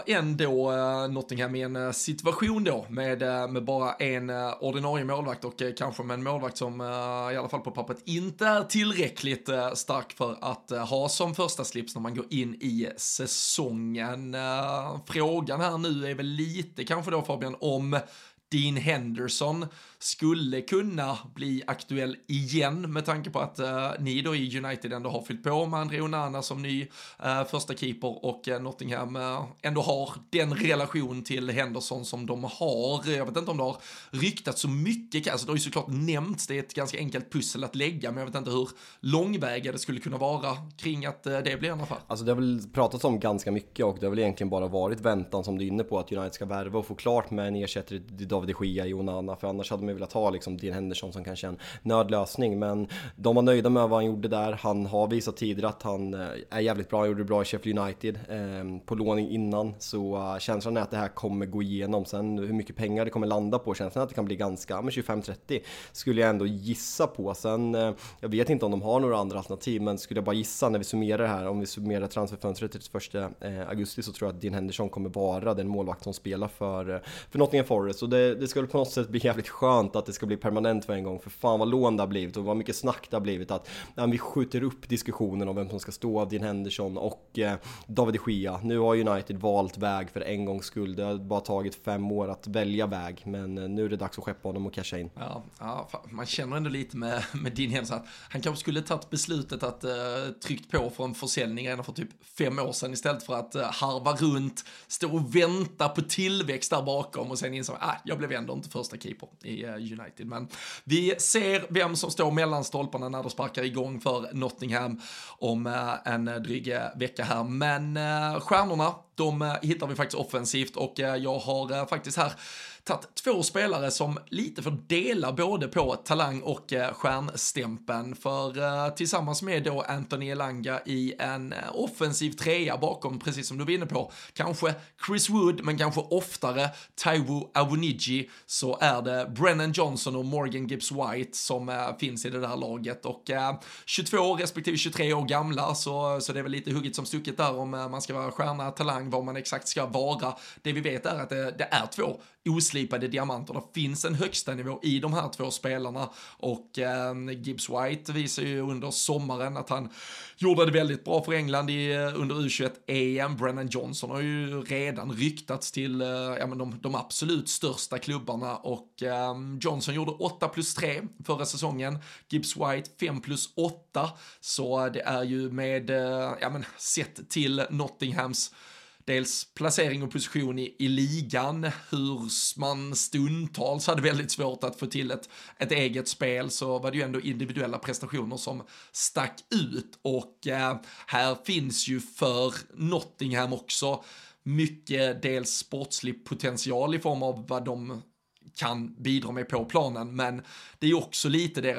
ändå Nottingham i en situation då med, med bara en ordinarie målvakt, och kanske med en målvakt som i alla fall på pappret inte är tillräckligt stark för att ha som första slips när man går in i säsongen. Uh, frågan här nu är väl lite kanske då, Fabian, om Dean Henderson skulle kunna bli aktuell igen, med tanke på att uh, ni då i United ändå har fyllt på med Andre Onana som ny uh, första keeper, och uh, Nottingham uh, ändå har den relation till Henderson som de har. Jag vet inte om det har ryktat så mycket, alltså det har ju såklart nämnts, det är ett ganska enkelt pussel att lägga, men jag vet inte hur långväga det skulle kunna vara kring att uh, det blir en affär. Alltså det har väl pratats om ganska mycket, och det har väl egentligen bara varit väntan som du är inne på, att United ska värva och få klart med en ersättare till David de Gea i Onana, för annars hade man velat ha liksom Dean Henderson som kanske en nödlösning, men de var nöjda med vad han gjorde där. Han har visat tidigare att han är jävligt bra, han gjorde det bra i Sheffield United eh, på låning innan, så uh, känslan är att det här kommer gå igenom. Sen hur mycket pengar det kommer landa på, känslan är att det kan bli ganska, men tjugofem trettio skulle jag ändå gissa på. Sen eh, jag vet inte om de har några andra alternativ, men skulle jag bara gissa när vi summerar det här, om vi summerar transferfönstret till trettioförsta augusti, så tror jag att Dean Henderson kommer vara den målvakt som spelar för, för Nottingham Forest, och det, det skulle på något sätt bli jävligt skönt att det ska bli permanent för en gång, för fan vad lån det har blivit och vad mycket snack det har blivit att ja, vi skjuter upp diskussionen om vem som ska stå av Dean Henderson och eh, David de Gea. Nu har United valt väg för en gångs skull. Det har bara tagit fem år att välja väg, men eh, nu är det dags att skeppa honom och casha in. Ja, ja, man känner ändå lite med, med Dean Henderson att han kanske skulle tagit beslutet att eh, tryckt på för en försäljning redan för typ fem år sedan, istället för att eh, harva runt, stå och vänta på tillväxt där bakom och sen insåg att ah, jag blev ändå inte första keeper i uh, United. Men vi ser vem som står mellan stolparna när de sparkar igång för Nottingham om uh, en dryg vecka här. Men uh, stjärnorna, de uh, hittar vi faktiskt offensivt, och uh, jag har uh, faktiskt här tagit två spelare som lite får dela både på talang och eh, stjärnstämpeln, för eh, tillsammans med då Anthony Elanga i en eh, offensiv trea bakom, precis som du var inne på, kanske Chris Wood, men kanske oftare Taiwo Awoniyi, så är det Brennan Johnson och Morgan Gibbs-White som eh, finns i det där laget, och eh, tjugotvå respektive tjugotre år gamla, så, så det är väl lite hugget som stucket där om eh, man ska vara stjärna, talang, vad man exakt ska vara. Det vi vet är att det, det är två oslipade diamanter. Det finns en högsta nivå i de här två spelarna, och eh, Gibbs-White visar ju under sommaren att han gjorde det väldigt bra för England i, under U tjugoett E M. Brennan Johnson har ju redan ryktats till eh, ja, men de, de absolut största klubbarna, och eh, Johnson gjorde åtta plus tre förra säsongen, Gibbs-White fem plus åtta, så det är ju med eh, ja, men sett till Nottinghams dels placering och position i, i ligan, hur man stundtals hade väldigt svårt att få till ett, ett eget spel, så var det ju ändå individuella prestationer som stack ut, och eh, här finns ju för Nottingham också mycket dels sportslig potential i form av vad de kan bidra med på planen, men det är ju också lite deras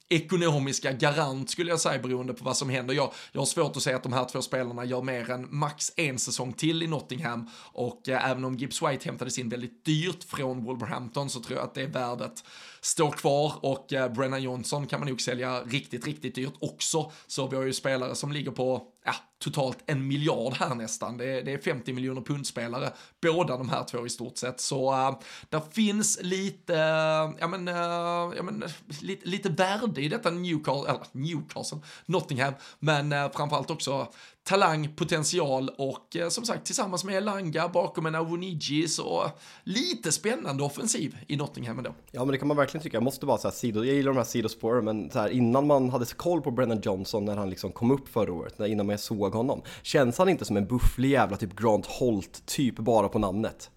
ekonomiska garant skulle jag säga beroende på vad som händer. Jag, jag har svårt att säga att de här två spelarna gör mer än max en säsong till i Nottingham och eh, även om Gibbs White hämtades in väldigt dyrt från Wolverhampton så tror jag att det värdet står kvar och eh, Brennan Johnson kan man nog sälja riktigt, riktigt dyrt också. Så vi har ju spelare som ligger på ja, totalt en miljard här nästan. Det är, det är femtio miljoner pundspelare, båda de här två i stort sett. Så uh, där finns lite, uh, ja men, uh, ja men lite, lite värde i detta Newcastle, eller Newcastle, Nottingham, men uh, framförallt också talang, potential och uh, som sagt tillsammans med Elanga bakom en Awoniji så lite spännande offensiv i Nottingham ändå. Ja men det kan man verkligen tycka. Jag måste bara säga sido, jag gillar de här sidospåren men så här, innan man hade koll på Brennan Johnson när han liksom kom upp förra året, när, innan man såg honom, känns han inte som en bufflig jävla typ Grant Holt typ bara på namnet?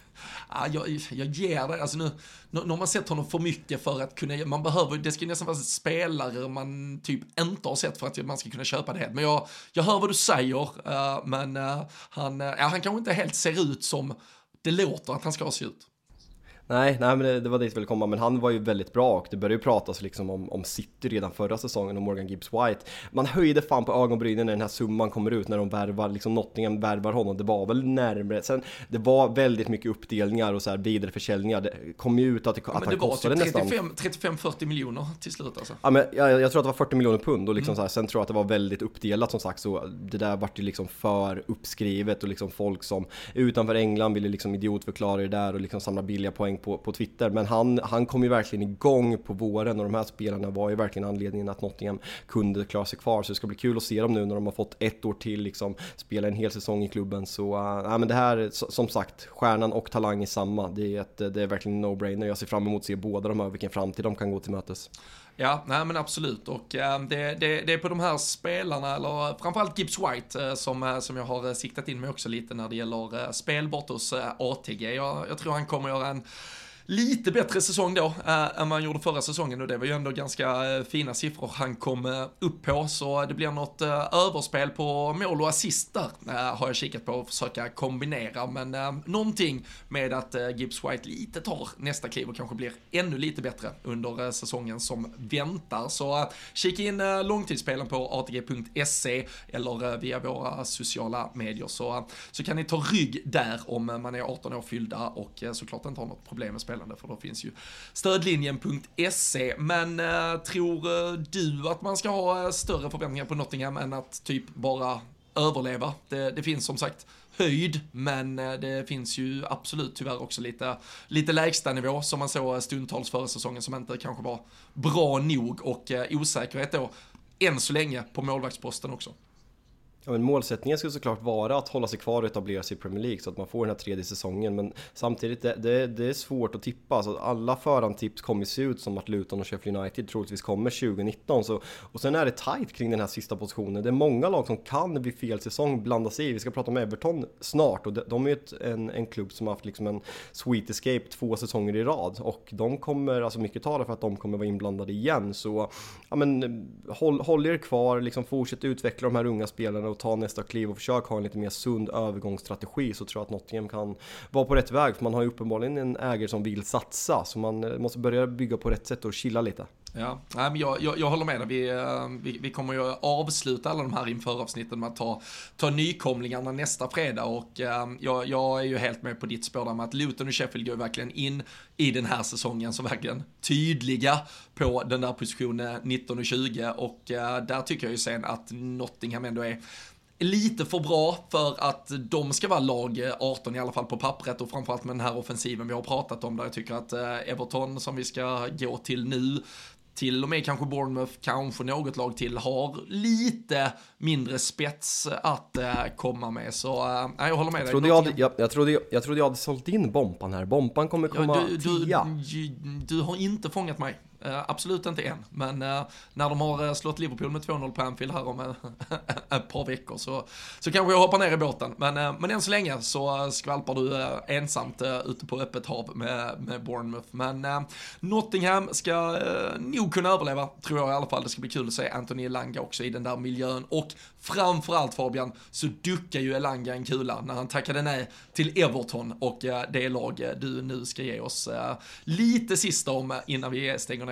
Ja, jag, jag ger det, alltså nu, nu, nu har man sett honom för mycket för att kunna, man behöver, det ska nästan vara spelare man typ inte har sett för att man ska kunna köpa det helt. Men jag, jag hör vad du säger, uh, men uh, han, uh, ja, han kanske inte helt ser ut som det låter att han ska se ut. Nej, nej men det, det var dit jag ville komma, men han var ju väldigt bra och det började ju pratas liksom om, om City redan förra säsongen och Morgan Gibbs White. Man höjde fan på ögonbrynen när den här summan kommer ut, när de värvar, liksom Nottingham värvar honom, det var väl närmare. Sen det var väldigt mycket uppdelningar och så här vidareförsäljningar. Det kom ju ut att, det, ja, att han kostade typ nästan trettiofem fyrtio miljoner till slut alltså. Ja, men jag, jag tror att det var fyrtio miljoner pund och liksom mm. så här, sen tror jag att det var väldigt uppdelat som sagt, så det där vart ju liksom för uppskrivet och liksom folk som utanför England ville liksom idiotförklara det där och liksom samla billiga poäng på, på Twitter. Men han, han kom ju verkligen igång på våren och de här spelarna var ju verkligen anledningen att Nottingham kunde klara sig kvar. Så det ska bli kul att se dem nu när de har fått ett år till liksom spela en hel säsong i klubben. Så uh, men det här, som sagt, stjärnan och talang är samma. Det är, ett, det är verkligen en no-brainer. Jag ser fram emot att se båda de här, vilken framtid de kan gå till mötes. Ja, nej men absolut och äh, det, det, det är på de här spelarna, eller framförallt Gibbs White äh, som, äh, som jag har äh, siktat in mig också lite när det gäller äh, spel bort hos äh, A T G. Jag, jag tror han kommer göra en lite bättre säsong då äh, än man gjorde förra säsongen och det var ju ändå ganska äh, fina siffror han kom äh, upp på, så det blir något äh, överspel på mål och assist där äh, har jag kikat på att försöka kombinera, men äh, någonting med att äh, Gibbs White lite tar nästa kliv och kanske blir ännu lite bättre under äh, säsongen som väntar, så äh, kika in äh, långtidsspelen på a t g punkt se eller äh, via våra sociala medier så, äh, så kan ni ta rygg där om äh, man är arton år fyllda och äh, såklart inte har något problem med spel. För då finns ju stödlinjen punkt se. Men äh, tror äh, du att man ska ha äh, större förväntningar på Nottingham än att typ bara överleva? Det, det finns som sagt höjd, men äh, det finns ju absolut tyvärr också lite, lite lägsta nivå som man såg stundtals förra säsongen som inte kanske var bra nog och äh, osäkerhet då än så länge på målvaktsposten också. Ja, men målsättningen skulle såklart vara att hålla sig kvar och etablera sig i Premier League så att man får den här tredje säsongen, men samtidigt det, det, det är svårt att tippa. Alltså, alla förhandstips kommer se ut som att Luton och Sheffield United troligtvis kommer tjugo nitton, så, och sen är det tight kring den här sista positionen. Det är många lag som kan vid fel säsong blanda sig i. Vi ska prata om Everton snart och de, de är ju ett, en, en klubb som har haft liksom en sweet escape två säsonger i rad och de kommer, alltså mycket talar för att de kommer vara inblandade igen, så ja, men, håll, håll er kvar, liksom, fortsätt utveckla de här unga spelarna och ta nästa kliv och försök ha en lite mer sund övergångsstrategi, så tror jag att Nottingham kan vara på rätt väg, för man har ju uppenbarligen en ägare som vill satsa, så man måste börja bygga på rätt sätt och chilla lite. Ja, nej, men jag, jag, jag håller med dig. Vi, vi, vi kommer ju avsluta alla de här inför avsnitten med att ta, ta nykomlingarna nästa fredag och um, jag, jag är ju helt med på ditt spår där med att Luton och Sheffield går verkligen in i den här säsongen som verkligen tydliga på den där positionen nitton och tjugo och uh, där tycker jag ju sen att Nottingham ändå är lite för bra för att de ska vara lag arton i alla fall på pappret och framförallt med den här offensiven vi har pratat om där jag tycker att uh, Everton som vi ska gå till nu, till och med kanske Bournemouth, kanske något lag till, har lite mindre spets att uh, komma med. Så uh, jag håller med jag dig. Trodde jag, hade, jag, jag, trodde, jag, jag trodde jag hade sålt in Bompan här. Bompan kommer komma ja, du, du, tia. Du, du har inte fångat mig. Uh, absolut inte än. Men uh, när de har uh, slått Liverpool med två noll på Anfield här om uh, ett par veckor så, så kanske jag hoppar ner i båten. Men, uh, men än så länge så skvalpar du uh, ensamt uh, ute på öppet hav med, med Bournemouth. Men uh, Nottingham ska uh, nog kunna överleva, tror jag i alla fall. Det ska bli kul att se Anthony Elanga också i den där miljön. Och framförallt Fabian, så duckar ju Elanga en kula när han tackade nej till Everton och uh, det lag uh, du nu ska ge oss uh, lite sista om uh, innan vi stänger ner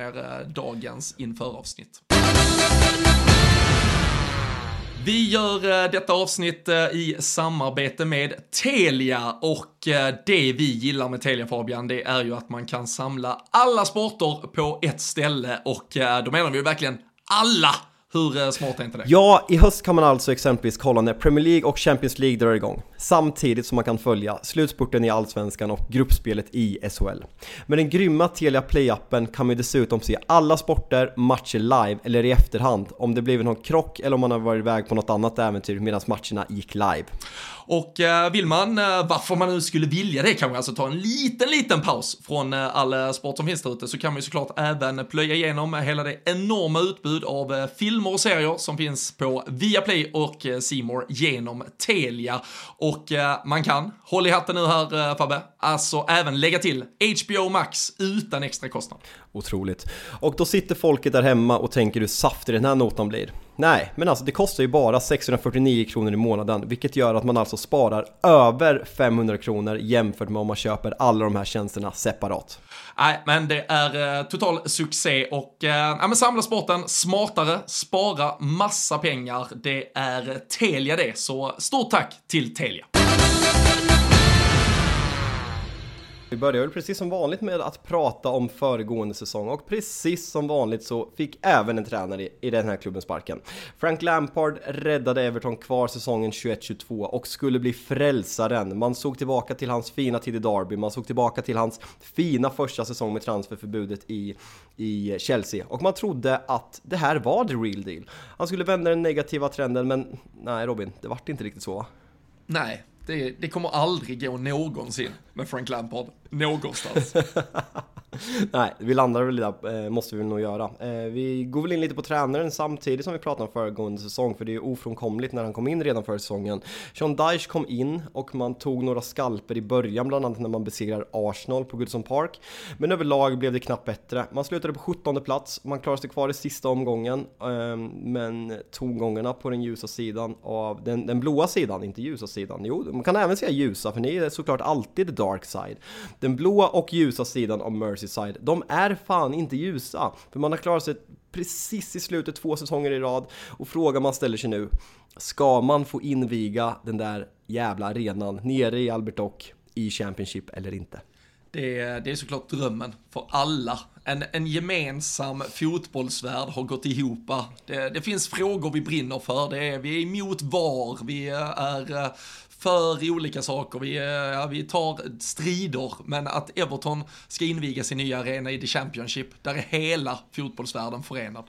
ner eh, dagens införavsnitt. Vi gör eh, detta avsnitt eh, i samarbete med Telia och eh, det vi gillar med Telia, Fabian, det är ju att man kan samla alla sporter på ett ställe och eh, då menar vi ju verkligen alla. Hur smart är inte det? Ja, i höst kan man alltså exempelvis kolla när Premier League och Champions League drar igång. Samtidigt som man kan följa slutspurten i Allsvenskan och gruppspelet i S H L. Med den grymma Telia Play-appen kan man dessutom se alla sporter, matcher live eller i efterhand. Om det blivit någon krock eller om man har varit iväg på något annat äventyr medan matcherna gick live. Och eh, vill man, eh, varför man nu skulle vilja det, kan man alltså ta en liten, liten paus från eh, all sport som finns där ute, så kan man ju såklart även plöja igenom hela det enorma utbud av eh, filmer och serier som finns på Viaplay och eh, C More genom Telia. Och eh, man kan, håll i hatten nu här eh, Fabbe, alltså även lägga till H B O Max utan extra kostnad. Otroligt. Och då sitter folket där hemma och tänker hur saftig den här notan blir. Nej, men alltså det kostar ju bara sexhundrafyrtionio kronor i månaden, vilket gör att man alltså sparar över femhundra kronor jämfört med om man köper alla de här tjänsterna separat. Nej, men det är eh, total succé och eh, ja, men samla sporten smartare, spara massa pengar. Det är Telia det, så stort tack till Telia. Vi börjar väl precis som vanligt med att prata om föregående säsong och precis som vanligt så fick även en tränare i den här klubben sparken. Frank Lampard räddade Everton kvar säsongen tjugoett tjugotvå och skulle bli frälsaren. Man såg tillbaka till hans fina tid i Derby, man såg tillbaka till hans fina första säsong med transferförbudet i, i Chelsea och man trodde att det här var the real deal. Han skulle vända den negativa trenden, men nej Robin, det vart inte riktigt så. Nej. Det, det kommer aldrig gå någonsin med Frank Lampard. Någonstans. Nej, vi landar väl där, måste vi nog göra. Vi går väl in lite på tränaren samtidigt som vi pratar om föregående säsong, för det är ofrånkomligt när han kom in redan förra säsongen. Sean Dyche kom in och man tog några skalper i början, bland annat när man besegrar Arsenal på Goodison Park. Men överlag blev det knappt bättre. Man slutade på sjuttonde plats, man klarade sig kvar i sista omgången, men tongångarna på den ljusa sidan av den, den blåa sidan, inte ljusa sidan. Jo, man kan även säga ljusa, för ni är såklart alltid the dark side. Den blåa och ljusa sidan av Merseyside, de är fan inte ljusa. För man har klarat sig precis i slutet två säsonger i rad. Och frågan man ställer sig nu, ska man få inviga den där jävla arenan nere i Albert Dock i Championship eller inte? Det är, det är såklart drömmen för alla. En, en gemensam fotbollsvärld har gått ihop. Det, det finns frågor vi brinner för. Det är, vi är emot var. Vi är för olika saker. Vi, ja, vi tar strider. Men att Everton ska inviga sin nya arena i The Championship, där är hela fotbollsvärlden förenad.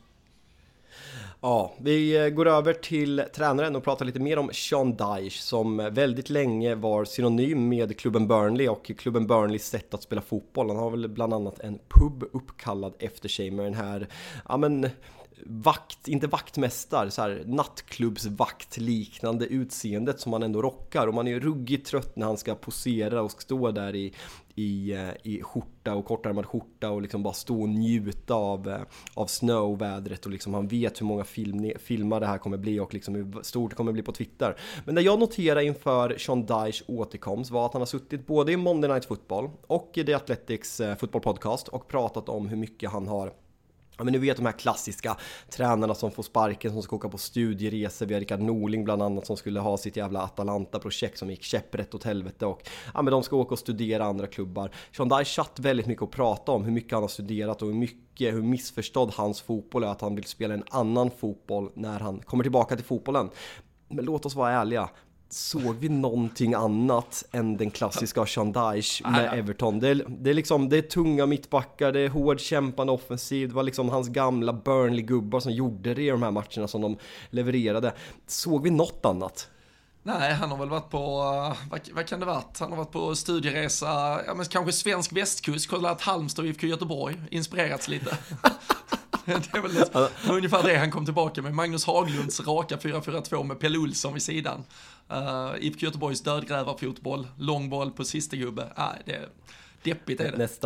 Ja, vi går över till tränaren och pratar lite mer om Sean Dyche, som väldigt länge var synonym med klubben Burnley och klubben Burnleys sätt att spela fotboll. Han har väl bland annat en pub uppkallad efter sig med den här, ja men, vakt, inte vaktmästare, så här nattklubbsvakt liknande utseendet som man ändå rockar, och man är ju ruggigt trött när han ska posera och stå där i i, i skjorta och kortärmad skjorta och liksom bara stå och njuta av, av snö och vädret, och liksom han vet hur många film, filmar det här kommer bli och liksom hur stort det kommer bli på Twitter. Men det jag noterade inför Sean Dyche återkomst var att han har suttit både i Monday Night Football och i The Athletics Football Podcast och pratat om hur mycket han har. Ja, men ni vet de här klassiska tränarna som får sparken, som ska åka på studieresor. Vi har Rickard Norling bland annat som skulle ha sitt jävla Atalanta-projekt som gick käpprätt åt helvete, och ja, men de ska åka och studera andra klubbar. Sean Dyche satt väldigt mycket och prata om hur mycket han har studerat och hur mycket, hur missförstådd hans fotboll är, att han vill spela en annan fotboll när han kommer tillbaka till fotbollen. Men låt oss vara ärliga. Såg vi någonting annat än den klassiska Sean Dyche med ah, ja. Everton? Det är, det är liksom, det är tunga mittbackar, det är hård kämpande offensiv. Det var liksom hans gamla Burnley-gubbar som gjorde det i de här matcherna som de levererade. Såg vi något annat? Nej, han har väl varit på, vad, vad kan det varit? Han har varit på studieresa, ja men kanske svensk västkust, kollat Halmstad och I F K Göteborg, inspirerats lite. Det är väl det, ungefär det han kom tillbaka med. Magnus Haglunds raka fyra fyra två med Pelle Olsson vid sidan. Uh, I F K Göteborgs dödgrävarfotboll, långboll på sista gubbe. Nej, det är deppigt är det. Nästan.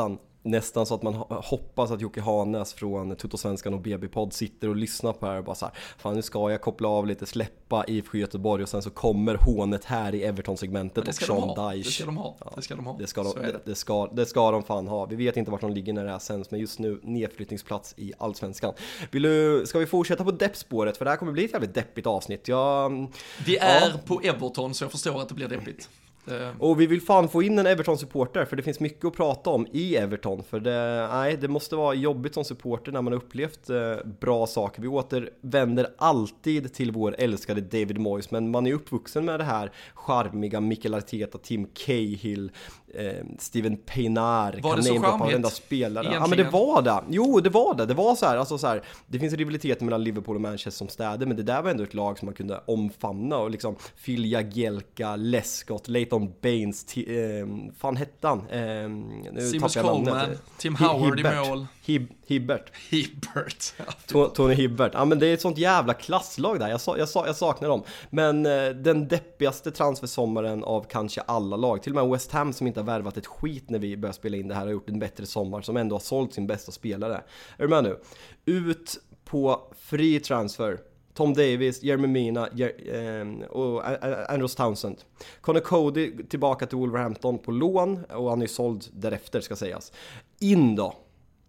nästan så att man hoppas att Jocke Hanes från Tuttosvenskan och B B-podd sitter och lyssnar på det här och bara så här, fan nu ska jag koppla av lite, släppa I F K Göteborg och sen så kommer hånet här i Everton-segmentet och Sean Dyche. Det ska de ha, det ska de ha. Det ska de, det. Det, det, ska, det ska de fan ha. Vi vet inte vart de ligger när det här sänds, men just nu nedflyttningsplats i Allsvenskan. Vill du, ska vi fortsätta på deppspåret? För det här kommer bli ett jävligt deppigt avsnitt. Jag, vi är ja. på Everton, så jag förstår att det blir deppigt. Och vi vill fan få in en Everton-supporter, för det finns mycket att prata om i Everton. För det, nej, det måste vara jobbigt som supporter när man har upplevt eh, bra saker. Vi återvänder alltid till vår älskade David Moyes, men man är uppvuxen med det här charmiga Mikel Arteta, Tim Cahill, eh, Steven Pienaar. Var det så charmigt? Spelare. Ja, men det var det. Jo, det var det. Det var så här, alltså så här, det finns rivaliteter mellan Liverpool och Manchester som städer, men det där var ändå ett lag som man kunde omfamna och liksom Phil Jagielka, Lescott, Leighton Baines, t- eh, fan hette han? Eh, nu Seamus Coleman, Tim Howard Hibbert. i mål. Hib- Hibbert. Hibbert. T- Tony Hibbert. Ja, men det är ett sånt jävla klasslag där. Jag, sa- jag, sa- jag saknar dem. Men eh, den deppigaste transfersommaren av kanske alla lag. Till och med West Ham som inte har värvat ett skit när vi börjar spela in det här har gjort en bättre sommar, som ändå har sålt sin bästa spelare. Är du med nu? Ut på free transfer. Tom Davis, Jeremy Mina Jer- eh, och Andros Townsend. Connor Cody tillbaka till Wolverhampton på lån, och han är såld därefter ska sägas. In då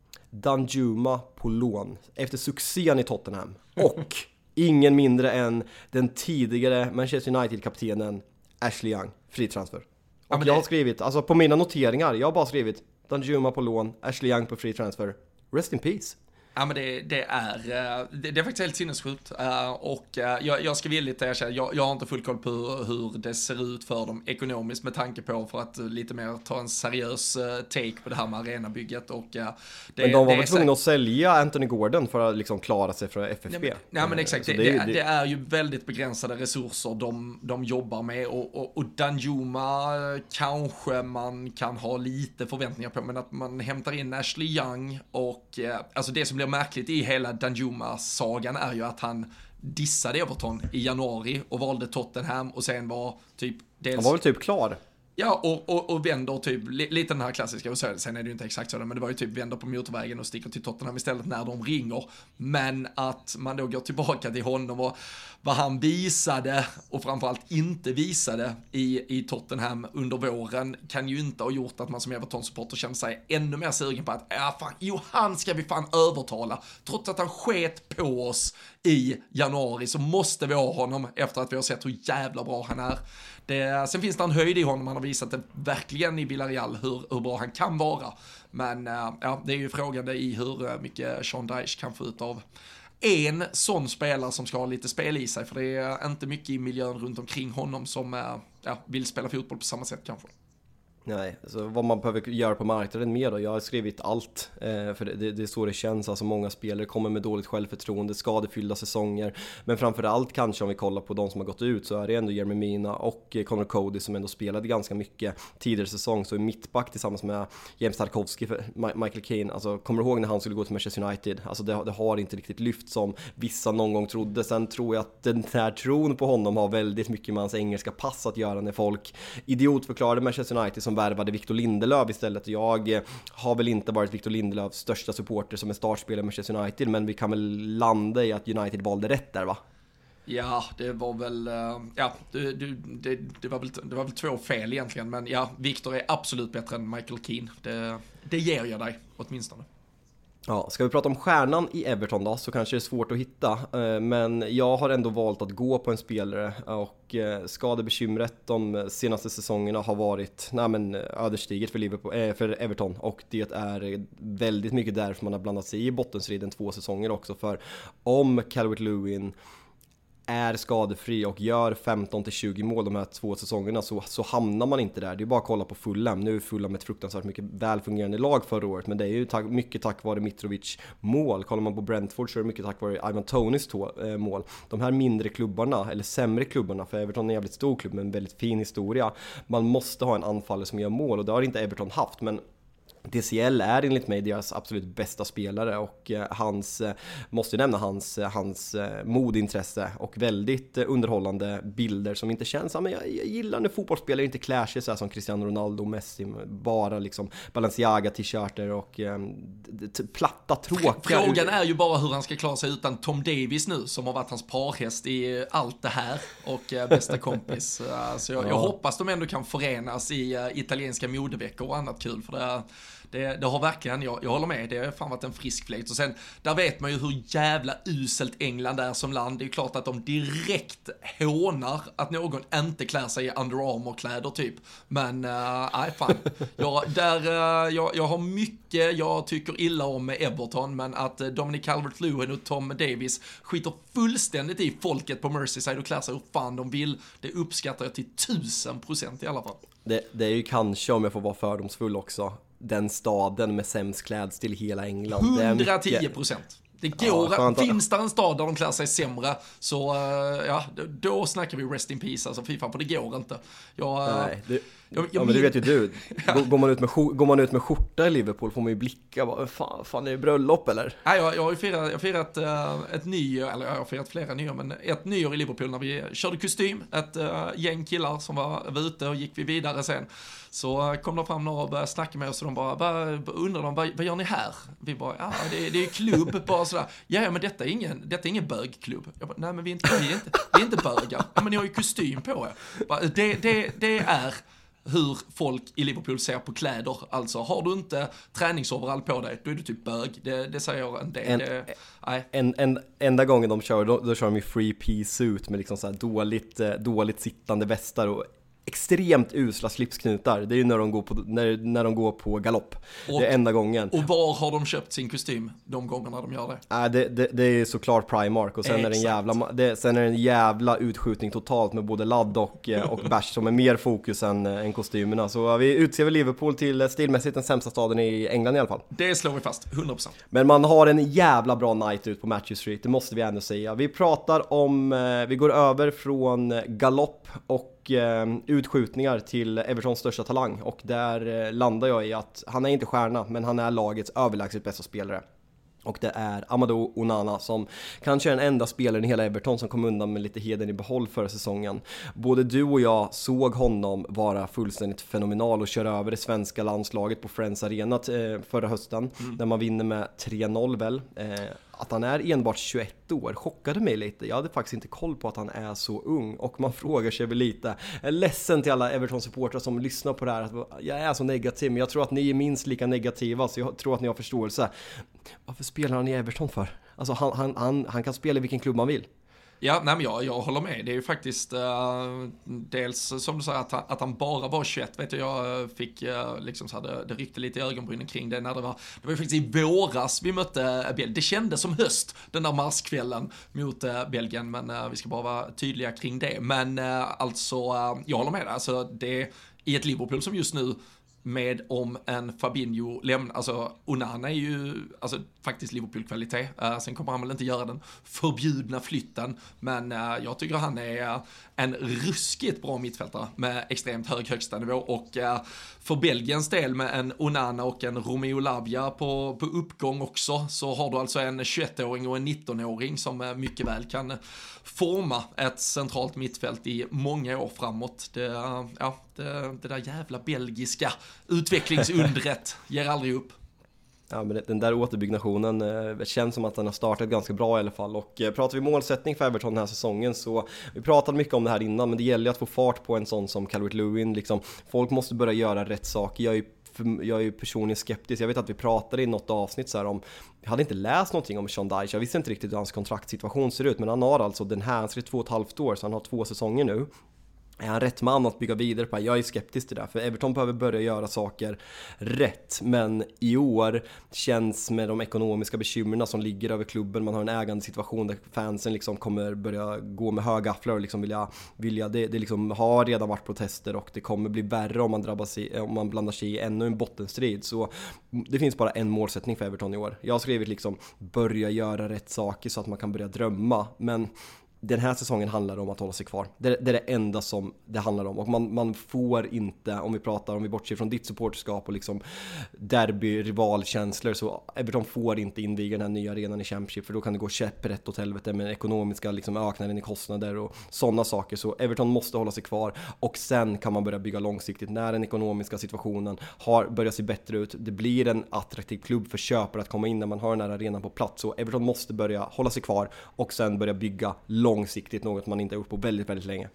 Danjuma på lån efter succén i Tottenham. Och ingen mindre än den tidigare Manchester United-kaptenen Ashley Young, fri transfer. Och ja, jag har skrivit, alltså på mina noteringar, jag har bara skrivit Danjuma på lån, Ashley Young på fri transfer. Rest in peace. Ja, men det, det, är, det, det är faktiskt helt sinnessjukt, och jag, jag ska villigt erkänna, jag, jag har inte full koll på hur, hur det ser ut för dem ekonomiskt med tanke på, för att lite mer ta en seriös take på det här med arenabygget. Och det, men de var väl tvungna att sälja Anthony Gordon för att liksom klara sig från F F B. Nej, men, nej, men exakt, det, det, det, det är ju väldigt begränsade resurser de, de jobbar med, och, och, och Danjuma kanske man kan ha lite förväntningar på, men att man hämtar in Ashley Young och alltså det som blir märkligt i hela Danjuma-sagan är ju att han dissade Everton i januari och valde Tottenham, och sen var typ dels... Han var väl typ klar. Ja, och, och, och vänder typ, lite den här klassiska, och så, sen är det ju inte exakt så, men det var ju typ vänder på motorvägen och sticker till Tottenham istället när de ringer. Men att man då går tillbaka till honom och vad han visade och framförallt inte visade i, i Tottenham under våren kan ju inte ha gjort att man som Everton-supporter känner sig ännu mer sugen på att ja, fan, jo, han ska vi fan övertala. Trots att han sket på oss i januari så måste vi ha honom efter att vi har sett hur jävla bra han är. Det, sen finns det en höjd i honom, han har visat det verkligen i Villarreal hur, hur bra han kan vara. Men äh, ja, det är ju frågan i hur mycket Sean Dyche kan få ut av en sån spelare som ska ha lite spel i sig. För det är inte mycket i miljön runt omkring honom som äh, ja, vill spela fotboll på samma sätt kanske. Nej, alltså vad man behöver göra på marknaden mer då. Jag har skrivit allt, eh, för det, det är så det känns. Alltså många spelare kommer med dåligt självförtroende, skadefyllda säsonger. Men framförallt kanske om vi kollar på de som har gått ut så är det ändå Jeremy Mina och Connor Cody som ändå spelade ganska mycket tidigare säsong. Så i mittback tillsammans med James Tarkowski för Michael Keane. Alltså kommer du ihåg när han skulle gå till Manchester United? Alltså det, det har inte riktigt lyft som vissa någon gång trodde. Sen tror jag att den här tron på honom har väldigt mycket med hans engelska pass att göra när folk idiotförklarade Manchester United som värvade Victor Lindelöf istället. Jag har väl inte varit Victor Lindelöfs största supporter som en startspelare i Manchester United, men vi kan väl landa i att United valde rätt där, va? Ja, det var väl ja, det, det, det, var väl, det var väl två fel egentligen, men ja, Victor är absolut bättre än Michael Keane. Det, det ger jag dig åtminstone. Ja, ska vi prata om stjärnan i Everton då, så kanske det är svårt att hitta, men jag har ändå valt att gå på en spelare, och skadebekymret de senaste säsongerna har varit nej men, ödesdigert för, Liverpool, äh, för Everton, och det är väldigt mycket därför man har blandat sig i bottenstriden två säsonger också, för om Calvert-Lewin är skadefri och gör femton till tjugo mål de här två säsongerna så, så hamnar man inte där. Det är bara att kolla på Fulham. Nu är Fulham ett fruktansvärt mycket välfungerande lag förra året, men det är ju tack, mycket tack vare Mitrovic mål. Kollar man på Brentford så är det mycket tack vare Ivan Tonys tå, äh, mål. De här mindre klubbarna, eller sämre klubbarna, för Everton är en jävligt stor klubb med en väldigt fin historia. Man måste ha en anfallare som gör mål, och det har inte Everton haft, men D C L är enligt mig deras absolut bästa spelare och eh, hans, eh, måste ju nämna hans, eh, hans eh, modintresse och väldigt eh, underhållande bilder som inte känns, ja, men jag, jag gillar när fotbollsspelare inte klär sig så här som Cristiano Ronaldo och Messi, bara liksom Balenciaga-t-shirter och eh, platta, tråkiga. Frågan är ju bara hur han ska klara sig utan Tom Davis nu, som har varit hans parhäst i allt det här och eh, bästa kompis. Så jag, ja. jag hoppas de ändå kan förenas i uh, italienska modeveckor och annat kul, för det Det, det har verkligen, jag, jag håller med, det har fan varit en frisk fläkt. Och sen, där vet man ju hur jävla uselt England är som land. Det är klart att de direkt hånar att någon inte klär sig i Under Armour-kläder typ. Men, nej uh, fan. Jag, där, uh, jag, jag har mycket jag tycker illa om med Everton, men att uh, Dominic Calvert-Lewin och Tom Davis skiter fullständigt i folket på Merseyside och klär sig hur fan de vill. Det uppskattar jag till tusen procent i alla fall. Det, det är ju kanske, om jag får vara fördomsfull också, den staden med sämst klädstil i hela England. hundratio procent. Det går, ja, finns det en stad där de klär sig sämre, så ja, då snackar vi rest in peace, alltså fy fan, för det går inte. Jag, Nej, det, jag, jag ja, men det vet ju du. Går, går, man ut med, går man ut med skjorta i Liverpool får man ju blicka, bara, fan, fan är det bröllop eller? Nej, jag, jag har ju firat, jag har firat uh, ett nyår, eller jag har firat flera nyår, men ett nyår i Liverpool när vi körde kostym, ett uh, gäng killar som var, var ute och gick vi vidare sen. Så kom de fram några och började snacka med oss och de bara, vad, undrar de, vad, vad gör ni här? Vi bara, ja det, det är klubb, bara sådär. Ja, men detta är ingen, detta är ingen bögklubb. Jag bara, nej men vi är inte, vi är inte, vi är inte bögar. Ja, men ni har ju kostym på er. Bara, det, det, det är hur folk i Liverpool ser på kläder. Alltså, har du inte träningsoverall på dig, då är du typ bög. Det, det säger jag en del. En, det, nej. En, en, enda gången de kör, då, då kör de ju free piece suit med liksom så här dåligt, dåligt sittande västar och extremt usla slipsknutar. Det är ju när de går på, när, när de går på galopp. Och, det är enda gången. Och var har de köpt sin kostym de gångerna de gör det? Äh, det, det, det är såklart Primark. Och sen är, det en jävla, det, sen är det en jävla utskjutning totalt med både ladd och, och bärs som är mer fokus än, än kostymerna. Så vi utser väl Liverpool till stilmässigt den sämsta staden i England i alla fall. Det slår vi fast, hundra procent. Men man har en jävla bra night ut på Matthew Street, det måste vi ändå säga. Vi pratar om, vi går över från galopp och utskjutningar till Evertons största talang, och där landar jag i att han är inte stjärna, men han är lagets överlägset bästa spelare. Och det är Amadou Onana, som kanske är den enda spelaren i hela Everton som kom undan med lite heden i behåll förra säsongen. Både du och jag såg honom vara fullständigt fenomenal och köra över det svenska landslaget på Friends Arena förra hösten, mm. när man vinner med tre noll väl. Att han är enbart tjugoett år chockade mig lite. Jag hade faktiskt inte koll på att han är så ung. Och man frågar sig väl lite, jag är ledsen till alla Everton-supportrar som lyssnar på det här, att jag är så negativ, men jag tror att ni är minst lika negativa, så jag tror att ni har förståelse. Varför spelar han i Everton för? Alltså han, han, han, han kan spela i vilken klubb man vill. Ja, nej men jag, jag håller med. Det är ju faktiskt uh, dels som du säger att han, att han bara var tjugoett, vet du, jag fick uh, liksom så hade det ryckte lite i ögonbrynen kring det när det var, det var ju faktiskt i våras vi mötte uh, Belgien. Det kändes som höst den där marskvällen mot uh, Belgien, men uh, vi ska bara vara tydliga kring det. Men uh, alltså, uh, jag håller med, alltså det i ett Liverpool som just nu, med om en Fabinho lämnar, alltså Onana är ju alltså faktiskt Liverpool-kvalitet. Uh, sen kommer han väl inte göra den förbjudna flytten, men uh, jag tycker han är uh, en ruskigt bra mittfältare med extremt hög högsta nivå, och uh, för Belgiens del med en Onana och en Romeo Lavia på, på uppgång också, så har du alltså en tjugoett-åring och en nitton-åring som uh, mycket väl kan forma ett centralt mittfält i många år framåt. Det, uh, ja, det, det där jävla belgiska utvecklingsundret ger aldrig upp. Ja, men den där återbyggnationen eh, känns som att den har startat ganska bra i alla fall. Och eh, pratar vi målsättning för Everton den här säsongen, så vi pratade mycket om det här innan, men det gäller ju att få fart på en sån som Calvert-Lewin. Liksom, folk måste börja göra rätt saker. Jag är Jag är ju personligen skeptisk. Jag vet att vi pratade i något avsnitt så här om, jag hade inte läst någonting om Sean Dyche. Jag visste inte riktigt hur hans kontraktssituation ser ut, men han har alltså den här, han ska två och ett halvt år, så han har två säsonger nu. Är han rätt man att bygga vidare på? Jag är skeptisk till det, för Everton behöver börja göra saker rätt. Men i år känns, med de ekonomiska bekymren som ligger över klubben, man har en ägande situation där fansen liksom kommer börja gå med högafflar och liksom vilja, vilja det, det liksom har redan varit protester, och det kommer bli värre om man drabbas i, om man blandar sig i ännu en bottenstrid. Så det finns bara en målsättning för Everton i år. Jag har skrivit liksom börja göra rätt saker så att man kan börja drömma, men den här säsongen handlar om att hålla sig kvar. Det, det är det enda som det handlar om. Och man, man får inte, om vi pratar, om vi bortser från ditt supporterskap och liksom derby-rivalkänslor, så Everton får inte inviga den här nya arenan i Championship, för då kan det gå käpprätt åt helvete med ekonomiska liksom ökningen i kostnader och sådana saker. Så Everton måste hålla sig kvar, och sen kan man börja bygga långsiktigt när den ekonomiska situationen har börjat se bättre ut. Det blir en attraktiv klubb för köpare att komma in när man har den här arenan på plats. Så Everton måste börja hålla sig kvar och sen börja bygga långsiktigt, något man inte har gjort på väldigt, väldigt länge.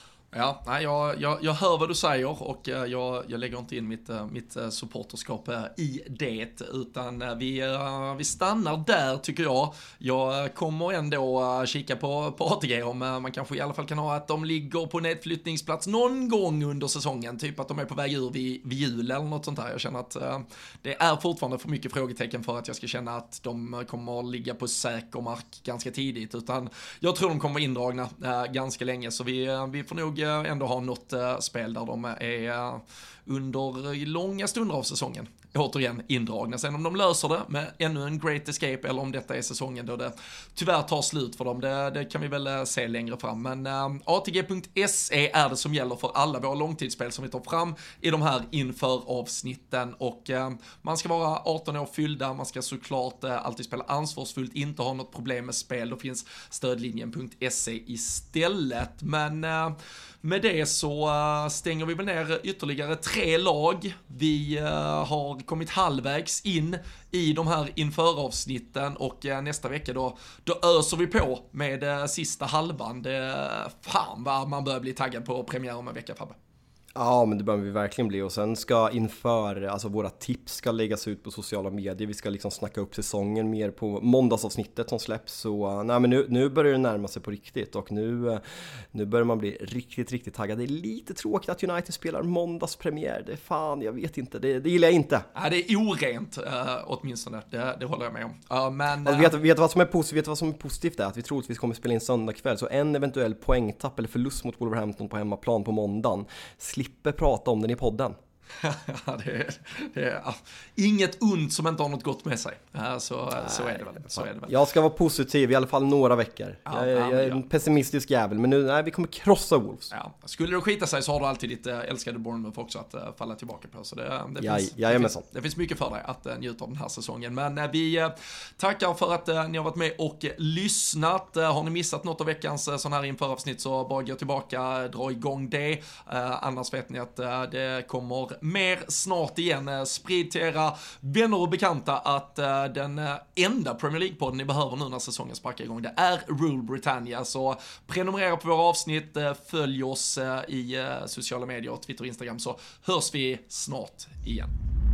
Ja, nej, jag, jag, jag hör vad du säger, och jag, jag lägger inte in mitt, mitt supporterskap i det, utan vi, vi stannar där, tycker jag. Jag kommer ändå kika på, på A T G om man kanske i alla fall kan ha att de ligger på nedflyttningsplats någon gång under säsongen, typ att de är på väg ur vid, vid jul eller något sånt där. Jag känner att det är fortfarande för mycket frågetecken för att jag ska känna att de kommer att ligga på säker mark ganska tidigt, utan jag tror de kommer vara indragna ganska länge, så vi, vi får nog ändå ha något uh, spel där de är uh, under långa stunder av säsongen återigen indragna. Sen om de löser det med ännu en great escape, eller om detta är säsongen då det tyvärr tar slut för dem, det, det kan vi väl uh, se längre fram. Men uh, A T G punkt se är det som gäller för alla våra långtidsspel som vi tar fram i de här inför avsnitten, och uh, man ska vara arton år fyllda, man ska såklart uh, alltid spela ansvarsfullt, inte ha något problem med spel, då finns stödlinjen punkt se istället. Men uh, med det så stänger vi väl ner ytterligare tre lag. Vi har kommit halvvägs in i de här införavsnitten, och nästa vecka då, då öser vi på med sista halvan. Det, fan vad man börjar bli taggad på premiär om en vecka, Fabbe. Ja, men det behöver vi verkligen bli, och sen ska inför, alltså våra tips ska läggas ut på sociala medier. Vi ska liksom snacka upp säsongen mer på måndagsavsnittet som släpps. Så nej, men nu, nu börjar det närma sig på riktigt, och nu, nu börjar man bli riktigt, riktigt taggad. Det är lite tråkigt att United spelar måndagspremiär. Det är fan, jag vet inte, det, det gillar jag inte. Ja, det är orent uh, åtminstone, det, det håller jag med om. Uh, men, uh... alltså, vet, vet, vad som är positivt, vet vad som är positivt är att vi troligtvis kommer spela in söndag kväll, så en eventuell poängtapp eller förlust mot Wolverhampton på hemmaplan på måndagen slipper prata om den i podden. Ja, det är, det är ja, inget ont som inte har något gott med sig. Ja, så, Nej, så, är det väl, så är det väl. Jag ska vara positiv i alla fall några veckor. Ja, jag, ja, jag är ja. en pessimistisk jävel, men nu, nej, vi kommer krossa Wolves. Ja. Skulle det skita sig så har du alltid ditt äh, älskade Bournemouth också att äh, falla tillbaka på. Så det, det, ja, finns, jag det, finns, finns, det finns mycket för dig att äh, njuta av den här säsongen. Men äh, vi äh, tackar för att äh, ni har varit med och äh, lyssnat. Äh, har ni missat något av veckans äh, sån här införavsnitt, så bara gå tillbaka, äh, dra igång det. Äh, annars vet ni att äh, det kommer mer snart igen. Sprid till era vänner och bekanta att uh, den uh, enda Premier League-podden ni behöver nu när säsongen sparkar igång, det är Rule Britannia. Så prenumerera på våra avsnitt, uh, följ oss uh, i uh, sociala medier, Twitter och Instagram, så hörs vi snart igen.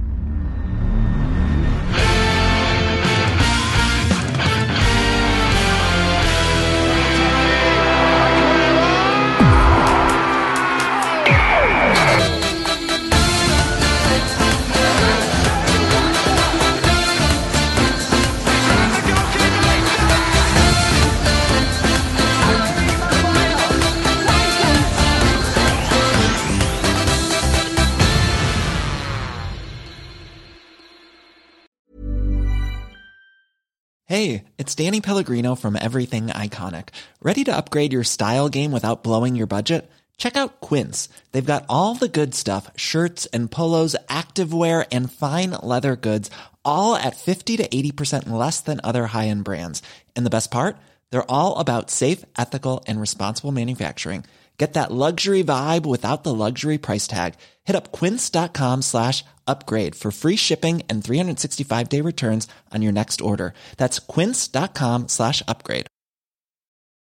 Hey, it's Danny Pellegrino from Everything Iconic. Ready to upgrade your style game without blowing your budget? Check out Quince. They've got all the good stuff, shirts and polos, activewear, and fine leather goods, all at fifty to eighty percent less than other high-end brands. And the best part? They're all about safe, ethical, and responsible manufacturing. Get that luxury vibe without the luxury price tag. Hit up quince.com slash upgrade for free shipping and three sixty-five day returns on your next order. That's quince.com slash upgrade.